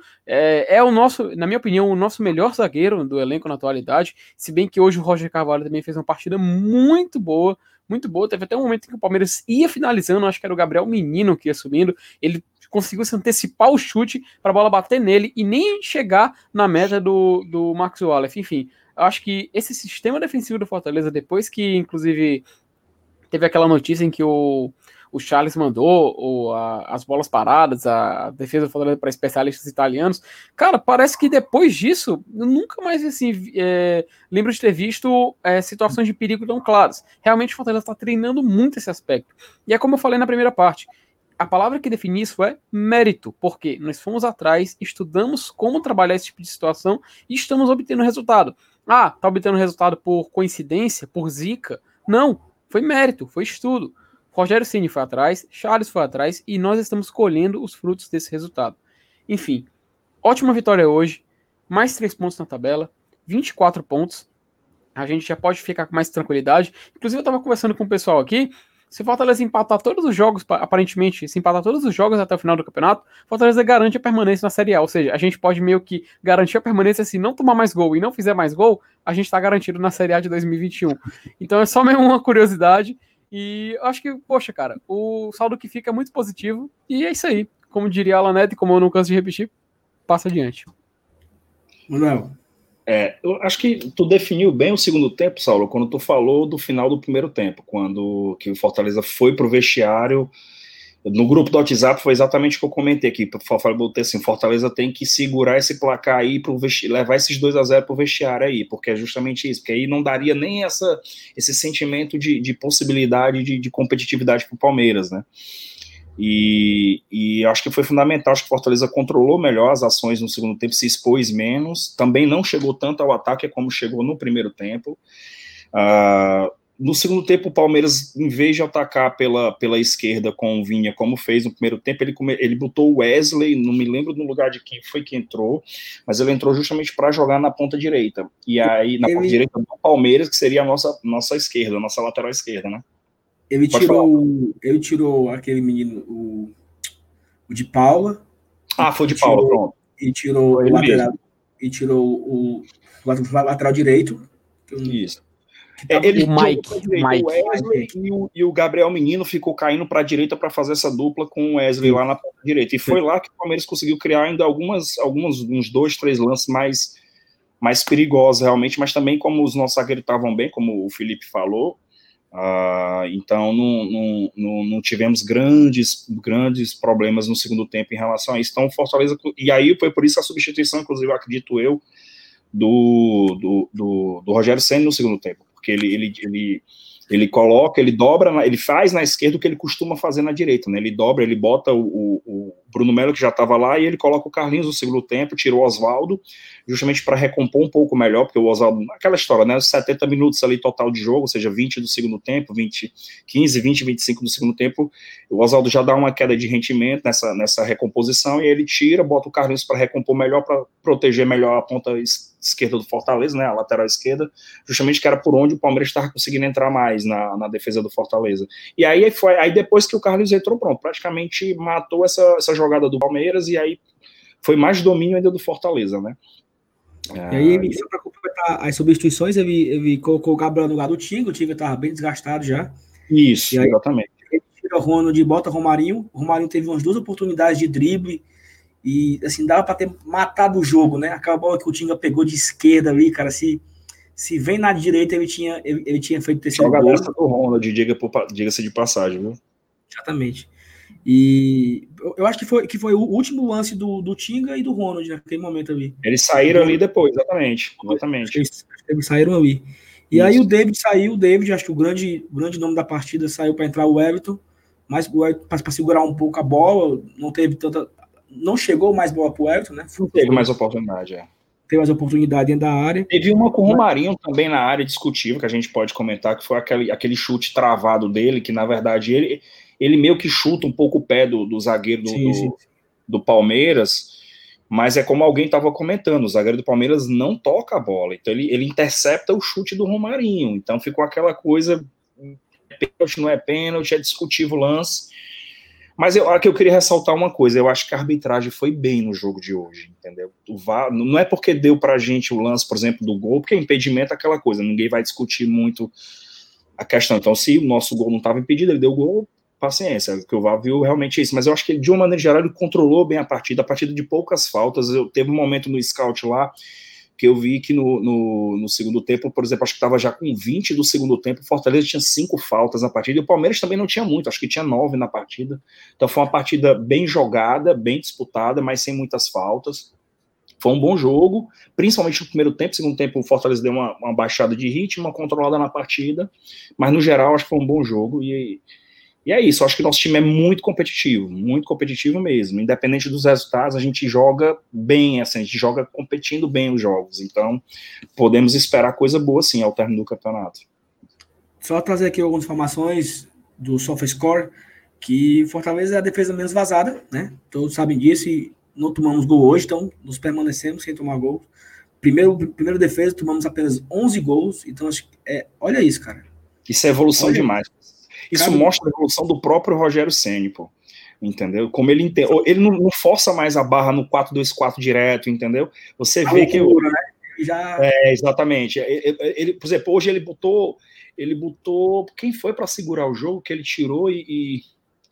Na minha opinião, o nosso melhor zagueiro do elenco na atualidade. Se bem que hoje o Roger Carvalho também fez uma partida muito boa. Muito boa, teve até um momento em que o Palmeiras ia finalizando, acho que era o Gabriel Menino que ia subindo, ele conseguiu se antecipar o chute para a bola bater nele e nem chegar na meta do Max Wallace. Enfim, eu acho que esse sistema defensivo do Fortaleza, depois que inclusive teve aquela notícia em que o Charles mandou as bolas paradas, a defesa do Fortaleza para especialistas italianos. Cara, parece que depois disso, eu nunca mais assim, lembro de ter visto situações de perigo tão claras. Realmente o Fortaleza está treinando muito esse aspecto. E é como eu falei na primeira parte, a palavra que define isso é mérito, porque nós fomos atrás, estudamos como trabalhar esse tipo de situação e estamos obtendo resultado. Tá obtendo resultado por coincidência, por zica? Não, foi mérito, foi estudo. Rogério Ceni foi atrás, Charles foi atrás e nós estamos colhendo os frutos desse resultado. Enfim, ótima vitória hoje, mais 3 pontos na tabela, 24 pontos. A gente já pode ficar com mais tranquilidade. Inclusive eu estava conversando com o pessoal aqui, se o Fortaleza empatar todos os jogos, aparentemente, se empatar todos os jogos até o final do campeonato, o Fortaleza garante a permanência na Série A. Ou seja, a gente pode meio que garantir a permanência se não tomar mais gol e não fizer mais gol, a gente está garantido na Série A de 2021. Então é só mesmo uma curiosidade. E eu acho que, poxa, cara, o saldo que fica é muito positivo. E é isso aí. Como diria a Alan Neto, e como eu não canso de repetir, passa adiante. Manuel. Eu acho que tu definiu bem o segundo tempo, Saulo, quando tu falou do final do primeiro tempo, quando que o Fortaleza foi pro vestiário. No grupo do WhatsApp foi exatamente o que eu comentei aqui. Botei assim, Fortaleza tem que segurar esse placar aí, levar esses 2-0 pro vestiário aí, porque é justamente isso, porque aí não daria nem esse sentimento de possibilidade de competitividade pro Palmeiras, né? E acho que foi fundamental, acho que o Fortaleza controlou melhor as ações no segundo tempo, se expôs menos, também não chegou tanto ao ataque como chegou no primeiro tempo. No segundo tempo, o Palmeiras, em vez de atacar pela esquerda com o Vinha, como fez no primeiro tempo, ele botou o Wesley, não me lembro no lugar de quem foi que entrou, mas ele entrou justamente para jogar na ponta direita. E aí, na ponta direita do Palmeiras, que seria a nossa esquerda, a nossa lateral esquerda, né? Ele tirou aquele menino, o de Paula. Foi de Paula, pronto. E tirou o lateral. E tirou o lateral direito. Isso. Ele o Wesley e o Gabriel Menino ficou caindo para a direita para fazer essa dupla com o Wesley lá na ponta direita. E foi lá que o Palmeiras conseguiu criar ainda uns 2, 3 lances mais perigosos realmente, mas também como os nossos zagueiros estavam bem, como o Felipe falou, então não tivemos grandes problemas no segundo tempo em relação a isso. Então Fortaleza, e aí foi por isso a substituição, inclusive acredito eu, do Rogério Ceni no segundo tempo, porque ele Ele coloca, ele dobra, ele faz na esquerda o que ele costuma fazer na direita, né? Ele dobra, ele bota o Bruno Melo, que já estava lá, e ele coloca o Carlinhos no segundo tempo, tirou o Oswaldo, justamente para recompor um pouco melhor, porque o Oswaldo, aquela história, né? 70 minutos ali total de jogo, ou seja, 20 do segundo tempo, 15, 20, 25 do segundo tempo, o Oswaldo já dá uma queda de rendimento nessa recomposição, e ele tira, bota o Carlinhos para recompor melhor, para proteger melhor a ponta esquerda do Fortaleza, né? A lateral esquerda, justamente que era por onde o Palmeiras estava conseguindo entrar mais na defesa do Fortaleza. E aí depois que o Carlinhos entrou, pronto, praticamente matou essa jogada do Palmeiras, e aí foi mais domínio ainda do Fortaleza, né? E aí, só para completar as substituições, ele colocou o Gabriel no lugar do Tinga, o Tinga estava bem desgastado já. Isso, aí, exatamente. Ele tira o Ronald e bota o Romarinho teve umas 2 oportunidades de drible, e assim, dava para ter matado o jogo, né? Aquela bola que o Tinga pegou de esquerda ali, cara, se vem na direita, ele tinha feito o terceiro gol. Joga dessa do Ronald, diga-se de passagem, viu? Exatamente. E eu acho que foi o último lance do Tinga e do Ronald naquele momento ali. Eles saíram ali depois, exatamente. Eles saíram ali. E isso. Aí o David saiu, acho que o grande nome da partida saiu para entrar o Everton, mas o Everton para segurar um pouco a bola, não chegou mais bola para o Everton, né? Não teve mais oportunidade, Teve mais oportunidade dentro da área. Teve uma com o Romarinho também na área discutível, que a gente pode comentar, que foi aquele chute travado dele, que na verdade ele meio que chuta um pouco o pé do zagueiro do Palmeiras, mas é como alguém estava comentando, o zagueiro do Palmeiras não toca a bola, então ele intercepta o chute do Romarinho, então ficou aquela coisa, pênalti, não é pênalti, é discutível o lance, mas aqui eu queria ressaltar uma coisa, eu acho que a arbitragem foi bem no jogo de hoje, entendeu? O VAR, não é porque deu pra gente o lance, por exemplo, do gol, porque impedimento é aquela coisa, ninguém vai discutir muito a questão, então se o nosso gol não estava impedido, ele deu gol, paciência, que o VAR viu realmente isso, mas eu acho que ele, de uma maneira geral, ele controlou bem a partida de poucas faltas. Teve um momento no scout lá que eu vi que no segundo tempo, por exemplo, acho que estava já com 20 do segundo tempo, o Fortaleza tinha 5 faltas na partida, e o Palmeiras também não tinha muito, acho que tinha 9 na partida, então foi uma partida bem jogada, bem disputada, mas sem muitas faltas. Foi um bom jogo, principalmente no primeiro tempo. No segundo tempo, o Fortaleza deu uma baixada de ritmo, uma controlada na partida, mas no geral acho que foi um bom jogo, e é isso, acho que nosso time é muito competitivo mesmo, independente dos resultados, a gente joga bem, assim, a gente joga competindo bem os jogos, então podemos esperar coisa boa, sim, ao término do campeonato. Só trazer aqui algumas informações do SofaScore, que Fortaleza é a defesa menos vazada, né, todos sabem disso, e não tomamos gol hoje, então nos permanecemos sem tomar gol. Primeira defesa, tomamos apenas 11 gols, então olha isso, cara. Isso é evolução demais. Isso mostra a evolução do próprio Rogério Ceni, pô. Entendeu? Como ele entende. Ele não força mais a barra no 4-2-4 direto, entendeu? Você vê que. Né? Exatamente. Ele, por exemplo, hoje ele botou. Quem foi para segurar o jogo que ele tirou e.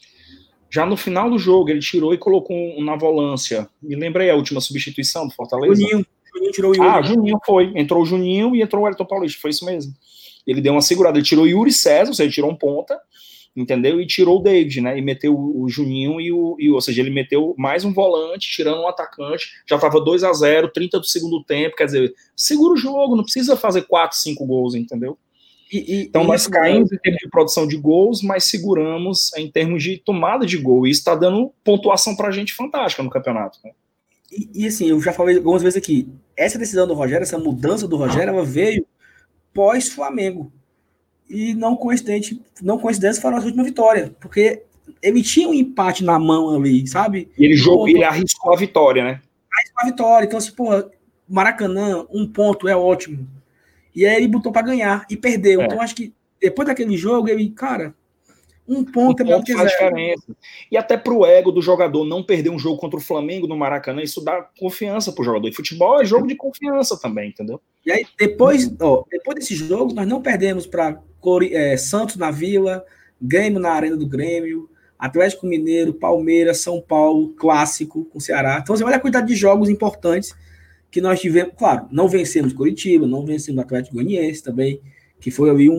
Já no final do jogo, ele tirou e colocou na volância. Me lembrei a última substituição do Fortaleza? Juninho tirou o Yuri. Juninho foi. Entrou o Juninho e entrou o Wellington Paulista. Foi isso mesmo. Ele deu uma segurada, ele tirou o Yuri César, ou seja, ele tirou um ponta, entendeu? E tirou o David, né? E meteu o Juninho ou seja, ele meteu mais um volante, tirando um atacante, já estava 2-0, 30 do segundo tempo, quer dizer, segura o jogo, não precisa fazer 4, 5 gols, entendeu? Então nós caímos em termos de produção de gols, mas seguramos em termos de tomada de gol, e isso está dando pontuação pra gente fantástica no campeonato, né? E assim, eu já falei algumas vezes aqui, essa decisão do Rogério, essa mudança do Rogério, ela veio pós-Flamengo. E não coincidência foi a nossa última vitória, porque ele tinha um empate na mão ali, sabe? E ele arriscou a vitória, né? Arriscou a vitória, então assim, porra, Maracanã, 1 ponto é ótimo. E aí ele botou para ganhar e perdeu. Então acho que depois daquele jogo, ele, cara, 1 ponto é melhor que 0. Faz diferença. E até pro ego do jogador não perder um jogo contra o Flamengo no Maracanã, isso dá confiança pro jogador. E futebol é jogo de confiança também, entendeu? E aí, depois desse jogo, nós não perdemos para Santos na Vila, Grêmio na Arena do Grêmio, Atlético Mineiro, Palmeiras, São Paulo, Clássico com o Ceará. Então, você olha a quantidade de jogos importantes que nós tivemos. Claro, não vencemos Curitiba, não vencemos Atlético Goianiense também, que foi ali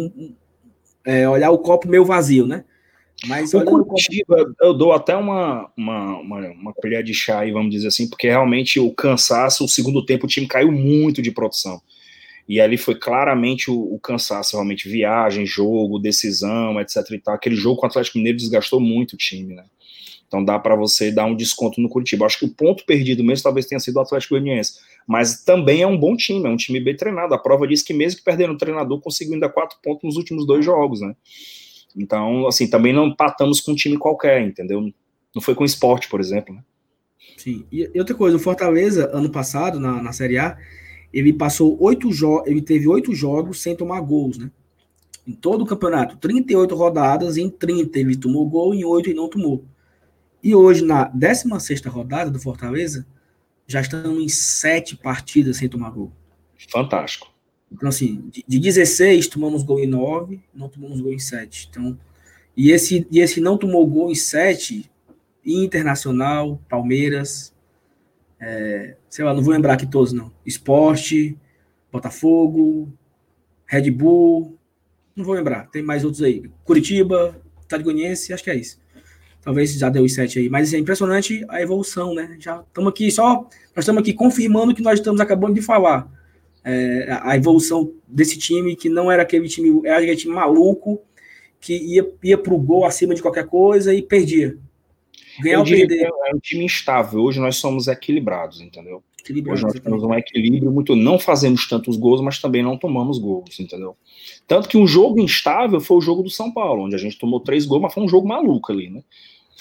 olhar o copo meio vazio, né? Mas o Curitiba, eu dou até uma colher de chá aí, vamos dizer assim, porque realmente o cansaço, o segundo tempo, o time caiu muito de produção. e ali foi claramente o cansaço, realmente, viagem, jogo, decisão, etc e tal. Aquele jogo com o Atlético Mineiro desgastou muito o time, né? Então dá para você dar um desconto no Curitiba. Acho que o ponto perdido mesmo talvez tenha sido o Atlético Goianiense, mas também é um bom time, é um time bem treinado. A prova diz que mesmo que perdendo o treinador, conseguiu ainda 4 pontos nos últimos 2 jogos, né? Então, assim, também não empatamos com um time qualquer, entendeu? Não foi com o Sport, por exemplo, né? Sim, e outra coisa, o Fortaleza, ano passado, na Série A, ele passou 8 jogos, ele teve 8 jogos sem tomar gols, né? Em todo o campeonato, 38 rodadas, em 30 ele tomou gol, em 8 ele não tomou. E hoje, na 16ª rodada do Fortaleza, já estamos em 7 partidas sem tomar gol. Fantástico. Então, assim, de 16, tomamos gol em 9, não tomamos gol em 7. Então, e esse não tomou gol em 7, Internacional, Palmeiras, sei lá, não vou lembrar aqui todos, não. Sport, Botafogo, Red Bull, não vou lembrar, tem mais outros aí. Curitiba, Atlético Goianiense, acho que é isso. Talvez já deu os 7 aí, mas é impressionante a evolução, né? Já estamos aqui nós estamos aqui confirmando o que nós estamos acabando de falar. A evolução desse time, que não era aquele time, era aquele time maluco, que ia pro gol acima de qualquer coisa e perdia. Ganhar ou perder. É um time instável, hoje nós somos equilibrados, entendeu? Hoje nós temos um equilíbrio muito, não fazemos tantos gols, mas também não tomamos gols, entendeu? Tanto que um jogo instável foi o jogo do São Paulo, onde a gente tomou 3 gols, mas foi um jogo maluco ali, né?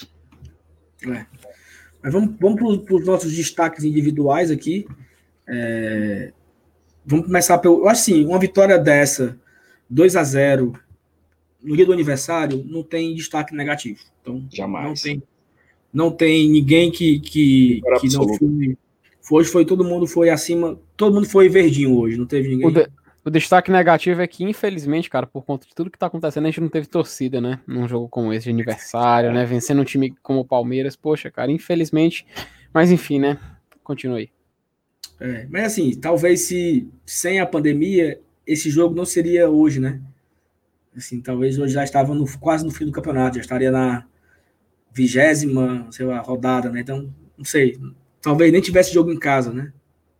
Mas vamos para os nossos destaques individuais aqui. Vamos começar pelo... Eu acho assim, uma vitória dessa, 2-0, no dia do aniversário, não tem destaque negativo. Então, jamais. Não tem ninguém que não foi todo mundo foi acima, todo mundo foi verdinho hoje, não teve ninguém. O destaque negativo é que, infelizmente, cara, por conta de tudo que tá acontecendo, a gente não teve torcida, né? Num jogo como esse de aniversário, né? Vencendo um time como o Palmeiras, poxa, cara, infelizmente. Mas enfim, né? Continue. Mas assim, talvez sem a pandemia, esse jogo não seria hoje, né? Assim, talvez hoje já estava quase no fim do campeonato, já estaria na 20ª, sei lá, rodada, né? Então, não sei, talvez nem tivesse jogo em casa, né?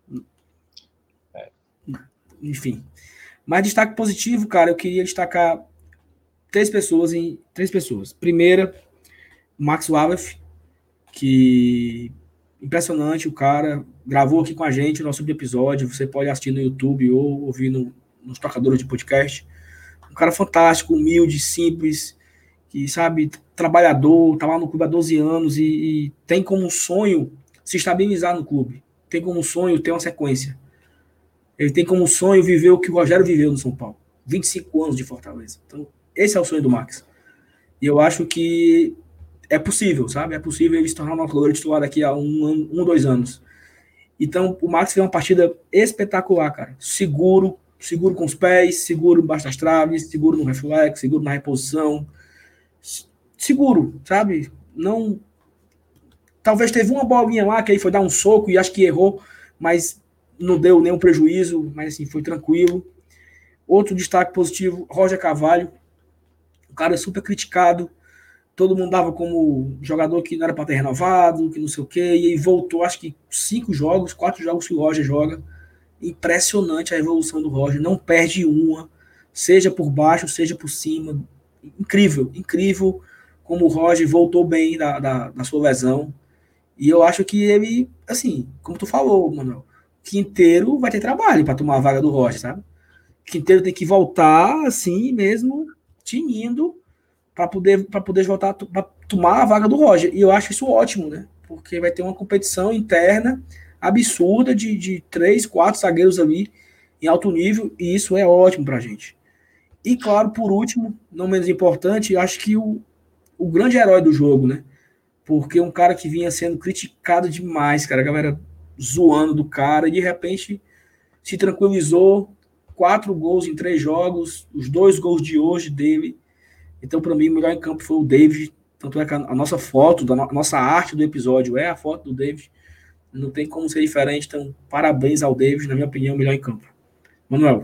Enfim. Mas destaque positivo, cara, eu queria destacar 3 pessoas. Primeira, o Max Wallace, que impressionante, o cara gravou aqui com a gente o nosso episódio, você pode assistir no YouTube ou ouvir nos tocadores de podcast. Um cara fantástico, humilde, simples, que, sabe, trabalhador, tá lá no clube há 12 anos e tem como sonho se estabilizar no clube. Tem como sonho ter uma sequência. Ele tem como sonho viver o que o Rogério viveu no São Paulo. 25 anos de Fortaleza. Então, esse é o sonho do Max. E eu acho que é possível, sabe? É possível ele se tornar um jogador titular daqui a 1 ou 2 anos. Então, o Max fez uma partida espetacular, cara. Seguro com os pés, seguro embaixo das traves, seguro no reflexo, seguro na reposição. Seguro, sabe? Não. Talvez teve uma bolinha lá que aí foi dar um soco e acho que errou, mas não deu nenhum prejuízo, mas assim, foi tranquilo. Outro destaque positivo, Roger Carvalho, um cara super criticado, todo mundo dava como jogador que não era para ter renovado, que não sei o quê, e aí voltou, acho que 4 jogos que o Roger joga. Impressionante a evolução do Roger, não perde uma, seja por baixo, seja por cima. Incrível como o Roger voltou bem da sua lesão. E eu acho que ele, assim, como tu falou, Manuel, Quinteiro vai ter trabalho para tomar a vaga do Roger, sabe? Quinteiro tem que voltar assim mesmo, tinindo, para poder voltar para tomar a vaga do Roger. E eu acho isso ótimo, né? Porque vai ter uma competição interna absurda de 3, 4 zagueiros ali em alto nível, e isso é ótimo para a gente. E claro, por último, não menos importante, acho que o grande herói do jogo, né? Porque um cara que vinha sendo criticado demais, cara, a galera zoando do cara, e de repente se tranquilizou, 4 gols em 3 jogos, os 2 gols de hoje dele. Então, para mim, o melhor em campo foi o David. Tanto é que a nossa foto, a nossa arte do episódio é a foto do David. Não tem como ser diferente. Então, parabéns ao David, na minha opinião, o melhor em campo. Manuel.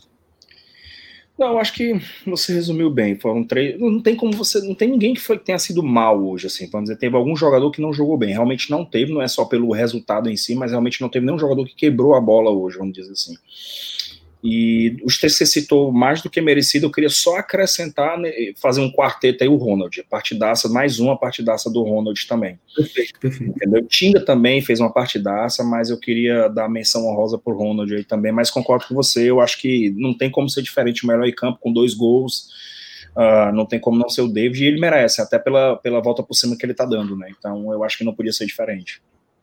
Não, acho que você resumiu bem. Foram 3. Não tem como não tem ninguém que tenha sido mal hoje, assim. Vamos dizer, teve algum jogador que não jogou bem. Realmente não teve, não é só pelo resultado em si, mas realmente não teve nenhum jogador que quebrou a bola hoje, vamos dizer assim. E os três que você citou, mais do que merecido, eu queria só acrescentar, né, fazer um quarteto aí, o Ronald, partidaça, mais uma partidaça do Ronald também. Perfeito. Entendeu? Tinga também fez uma partidaça, mas eu queria dar menção honrosa pro Ronald aí também, mas concordo com você, eu acho que não tem como ser diferente o melhor em campo com 2 gols, não tem como não ser o David, e ele merece, até pela volta por cima que ele tá dando, né? Então eu acho que não podia ser diferente.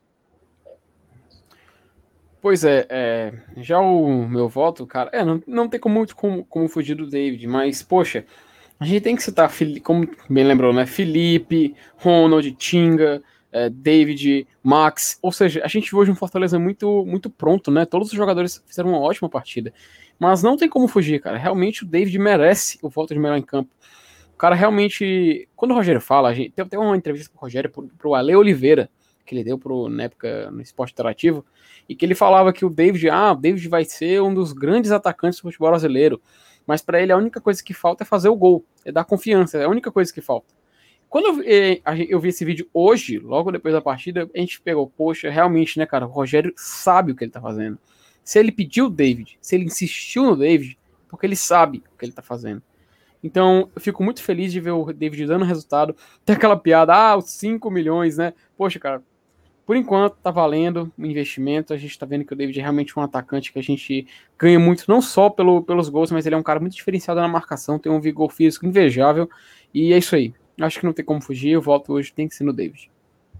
Pois é, já o meu voto, cara, não tem como fugir do David, mas, poxa, a gente tem que citar, como bem lembrou, né, Felipe, Ronald, Tinga, David, Max, ou seja, a gente viu hoje um Fortaleza muito, muito pronto, né, todos os jogadores fizeram uma ótima partida, mas não tem como fugir, cara, realmente o David merece o voto de melhor em campo. O cara realmente, quando o Rogério fala, tem uma entrevista pro Rogério, pro Ale Oliveira, que ele deu na época no Esporte Interativo, e que ele falava que o David vai ser um dos grandes atacantes do futebol brasileiro, mas para ele a única coisa que falta é fazer o gol, é dar confiança, é a única coisa que falta. Quando eu vi esse vídeo hoje, logo depois da partida, a gente pegou, poxa, realmente, né, cara, o Rogério sabe o que ele tá fazendo. Se ele pediu o David, se ele insistiu no David, porque ele sabe o que ele tá fazendo. Então, eu fico muito feliz de ver o David dando resultado. Tem aquela piada, os 5 milhões, né? Poxa, cara, por enquanto tá valendo o investimento, a gente tá vendo que o David é realmente um atacante que a gente ganha muito, não só pelos gols, mas ele é um cara muito diferenciado na marcação, tem um vigor físico invejável, e é isso aí. Acho que não tem como fugir, o voto hoje tem que ser no David.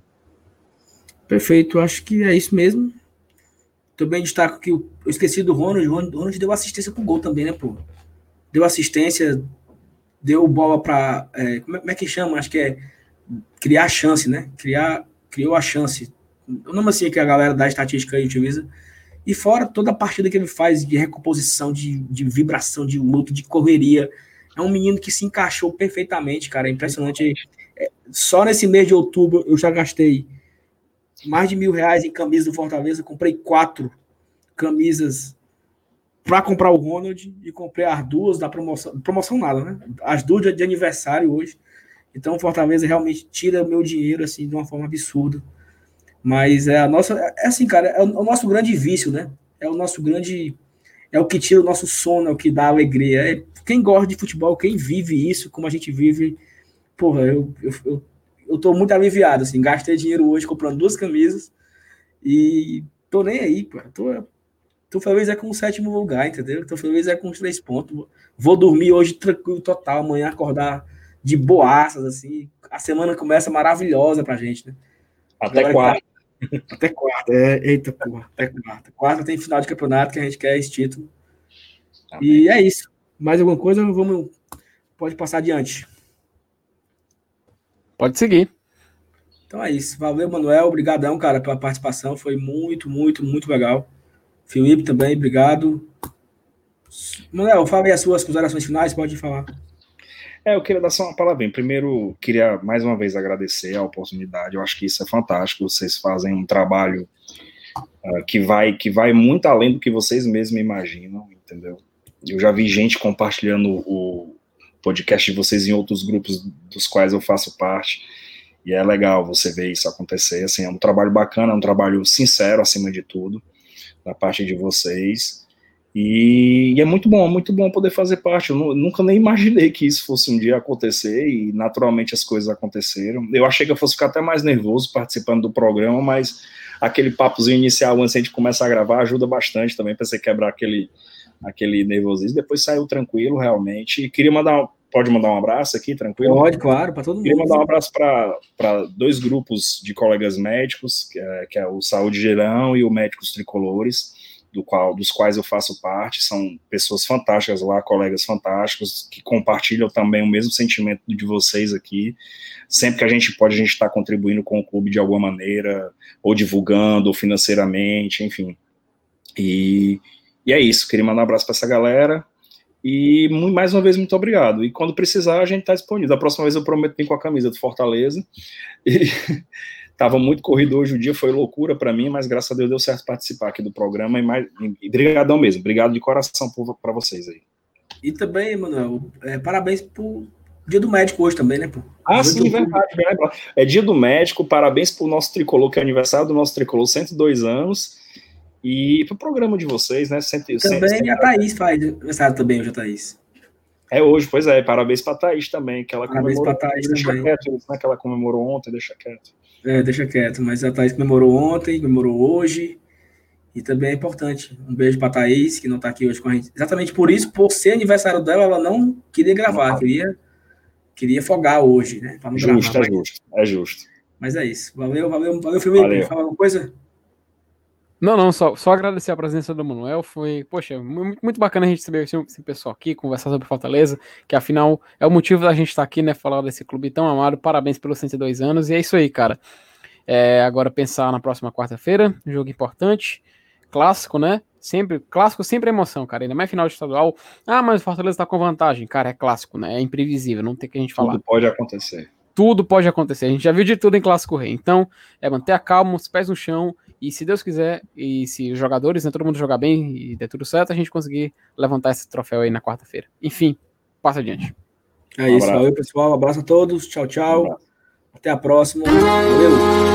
Perfeito, acho que é isso mesmo. Também destaco que eu esqueci do Ronald, o Ronald deu assistência pro gol também, né, pô? Deu assistência, deu bola pra, como é que chama? Acho que é criar chance, né? Criou a chance. O nome assim que a galera da estatística aí utiliza. E fora toda a partida que ele faz de recomposição, de vibração, de luta, de correria. É um menino que se encaixou perfeitamente, cara. É impressionante. Só nesse mês de outubro eu já gastei mais de R$1.000 em camisas do Fortaleza. Comprei 4 camisas para comprar o Ronald e comprei as 2 da promoção. Promoção nada, né? As 2 de aniversário hoje. Então o Fortaleza realmente tira meu dinheiro assim de uma forma absurda. Mas é assim, cara, é o nosso grande vício, né? É o que tira o nosso sono, é o que dá alegria. Quem gosta de futebol, quem vive isso, como a gente vive, porra, eu tô muito aliviado, assim, gastei dinheiro hoje comprando 2 camisas e tô nem aí, pô. Tô feliz com o 7º lugar, entendeu? Tô feliz com os 3 pontos. Vou dormir hoje tranquilo total, amanhã acordar de boaças, assim. A semana começa maravilhosa pra gente, né? Até quarta. Até quarta, eita porra, até quarta. Quarta tem final de campeonato que a gente quer esse título. Amém. E é isso. Mais alguma coisa? Pode passar adiante. Pode seguir. Então é isso. Valeu, Manuel. Obrigadão, cara, pela participação. Foi muito, muito, muito legal. Felipe também, obrigado. Manuel, fala aí as suas considerações finais, pode falar. Eu queria dar só uma palavrinha. Primeiro, queria mais uma vez agradecer a oportunidade. Eu acho que isso é fantástico. Vocês fazem um trabalho que vai muito além do que vocês mesmos imaginam, entendeu? Eu já vi gente compartilhando o podcast de vocês em outros grupos dos quais eu faço parte, e é legal você ver isso acontecer. Assim, é um trabalho bacana, é um trabalho sincero, acima de tudo, da parte de vocês. E é muito bom poder fazer parte. Eu nunca nem imaginei que isso fosse um dia acontecer, e naturalmente as coisas aconteceram. Eu achei que eu fosse ficar até mais nervoso participando do programa, mas aquele papozinho inicial antes de a gente começar a gravar ajuda bastante também para você quebrar aquele nervosismo. Depois saiu tranquilo, realmente. Pode mandar um abraço aqui, tranquilo? Pode, claro, para todo mundo. Queria mandar um abraço para 2 grupos de colegas médicos, que é o Saúde Geral e o Médicos Tricolores, dos quais eu faço parte. São pessoas fantásticas lá, colegas fantásticos, que compartilham também o mesmo sentimento de vocês aqui. Sempre que a gente pode, a gente está contribuindo com o clube de alguma maneira, ou divulgando, ou financeiramente, enfim. E é isso, queria mandar um abraço para essa galera, e mais uma vez, muito obrigado. E quando precisar, a gente está disponível. Da próxima vez eu prometo vir com a camisa do Fortaleza. Estava muito corrido hoje, o dia foi loucura para mim, mas graças a Deus deu certo participar aqui do programa, e brigadão mesmo, obrigado de coração para vocês aí. E também, Manuel, parabéns pro Dia do Médico hoje também, né, pô? Sim, verdade. É Dia do Médico, parabéns pro nosso tricolor, que é aniversário do nosso tricolor, 102 anos, E pro programa de vocês, né? Também a Thaís faz aniversário também, hoje a Thaís. É hoje, pois é. Parabéns pra Thaís também, que ela Parabéns comemorou. pra Thaís Deixa também. quieto, né? Que ela comemorou ontem, deixa quieto. Deixa quieto, mas a Thaís comemorou ontem, comemorou hoje, e também é importante. Um beijo pra Thaís, que não tá aqui hoje com a gente. Exatamente por isso, por ser aniversário dela, ela não queria gravar, queria folgar hoje, né? Pra não Justo, gravar, é justo. Mas é isso. Valeu, Felipe. Valeu. Fala alguma coisa? Não, só agradecer a presença do Manuel, foi, poxa, muito bacana a gente receber esse pessoal aqui, conversar sobre Fortaleza, que afinal é o motivo da gente estar aqui, né, falar desse clube tão amado, parabéns pelos 102 anos, e é isso aí, cara. Agora pensar na próxima quarta-feira, jogo importante, clássico, né, clássico sempre é emoção, cara, ainda mais final de estadual, mas o Fortaleza tá com vantagem, cara, é clássico, né, é imprevisível, não tem o que a gente falar. Tudo pode acontecer. Tudo pode acontecer, a gente já viu de tudo em Clássico Rei, então é manter a calma, os pés no chão, e se Deus quiser, e se os jogadores, né, todo mundo jogar bem e der tudo certo, a gente conseguir levantar esse troféu aí na quarta-feira. Enfim, passa adiante. É isso, valeu pessoal, abraço a todos, tchau. Até a próxima, valeu.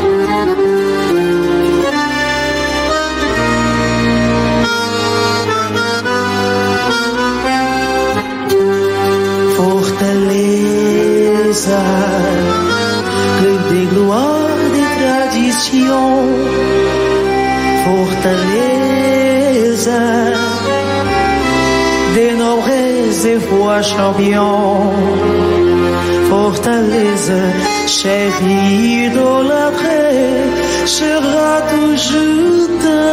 Fortaleza, clube de gloire, de tradition. Fortaleza, des noblesses et fois champion. Fortaleza, chérie, idolâtrée, sera toujours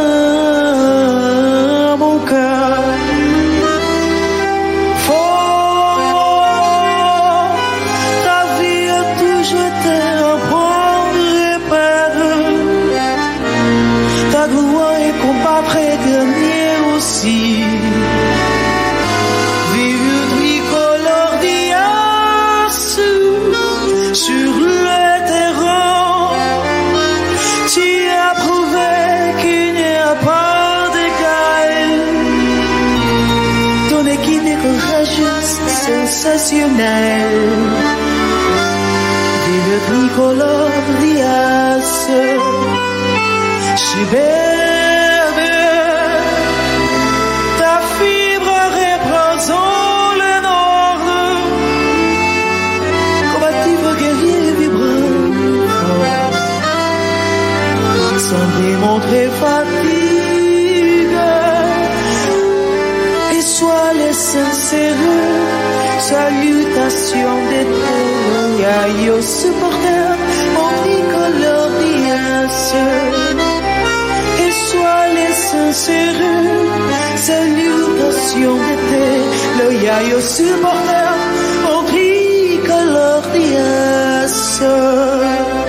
dans mon cœur. Sensationnel, vive tricolore d'Ias, superbe, ta fibre représente le nord, combatif, guerrier, vibrant, sans démontrer fatigue, et sois les sincères. Salutations d'été, aux supporters, mon tricolore d'Ias. Et sois les sincères, salutations d'été, aux supporters, mon tricolore d'Ias.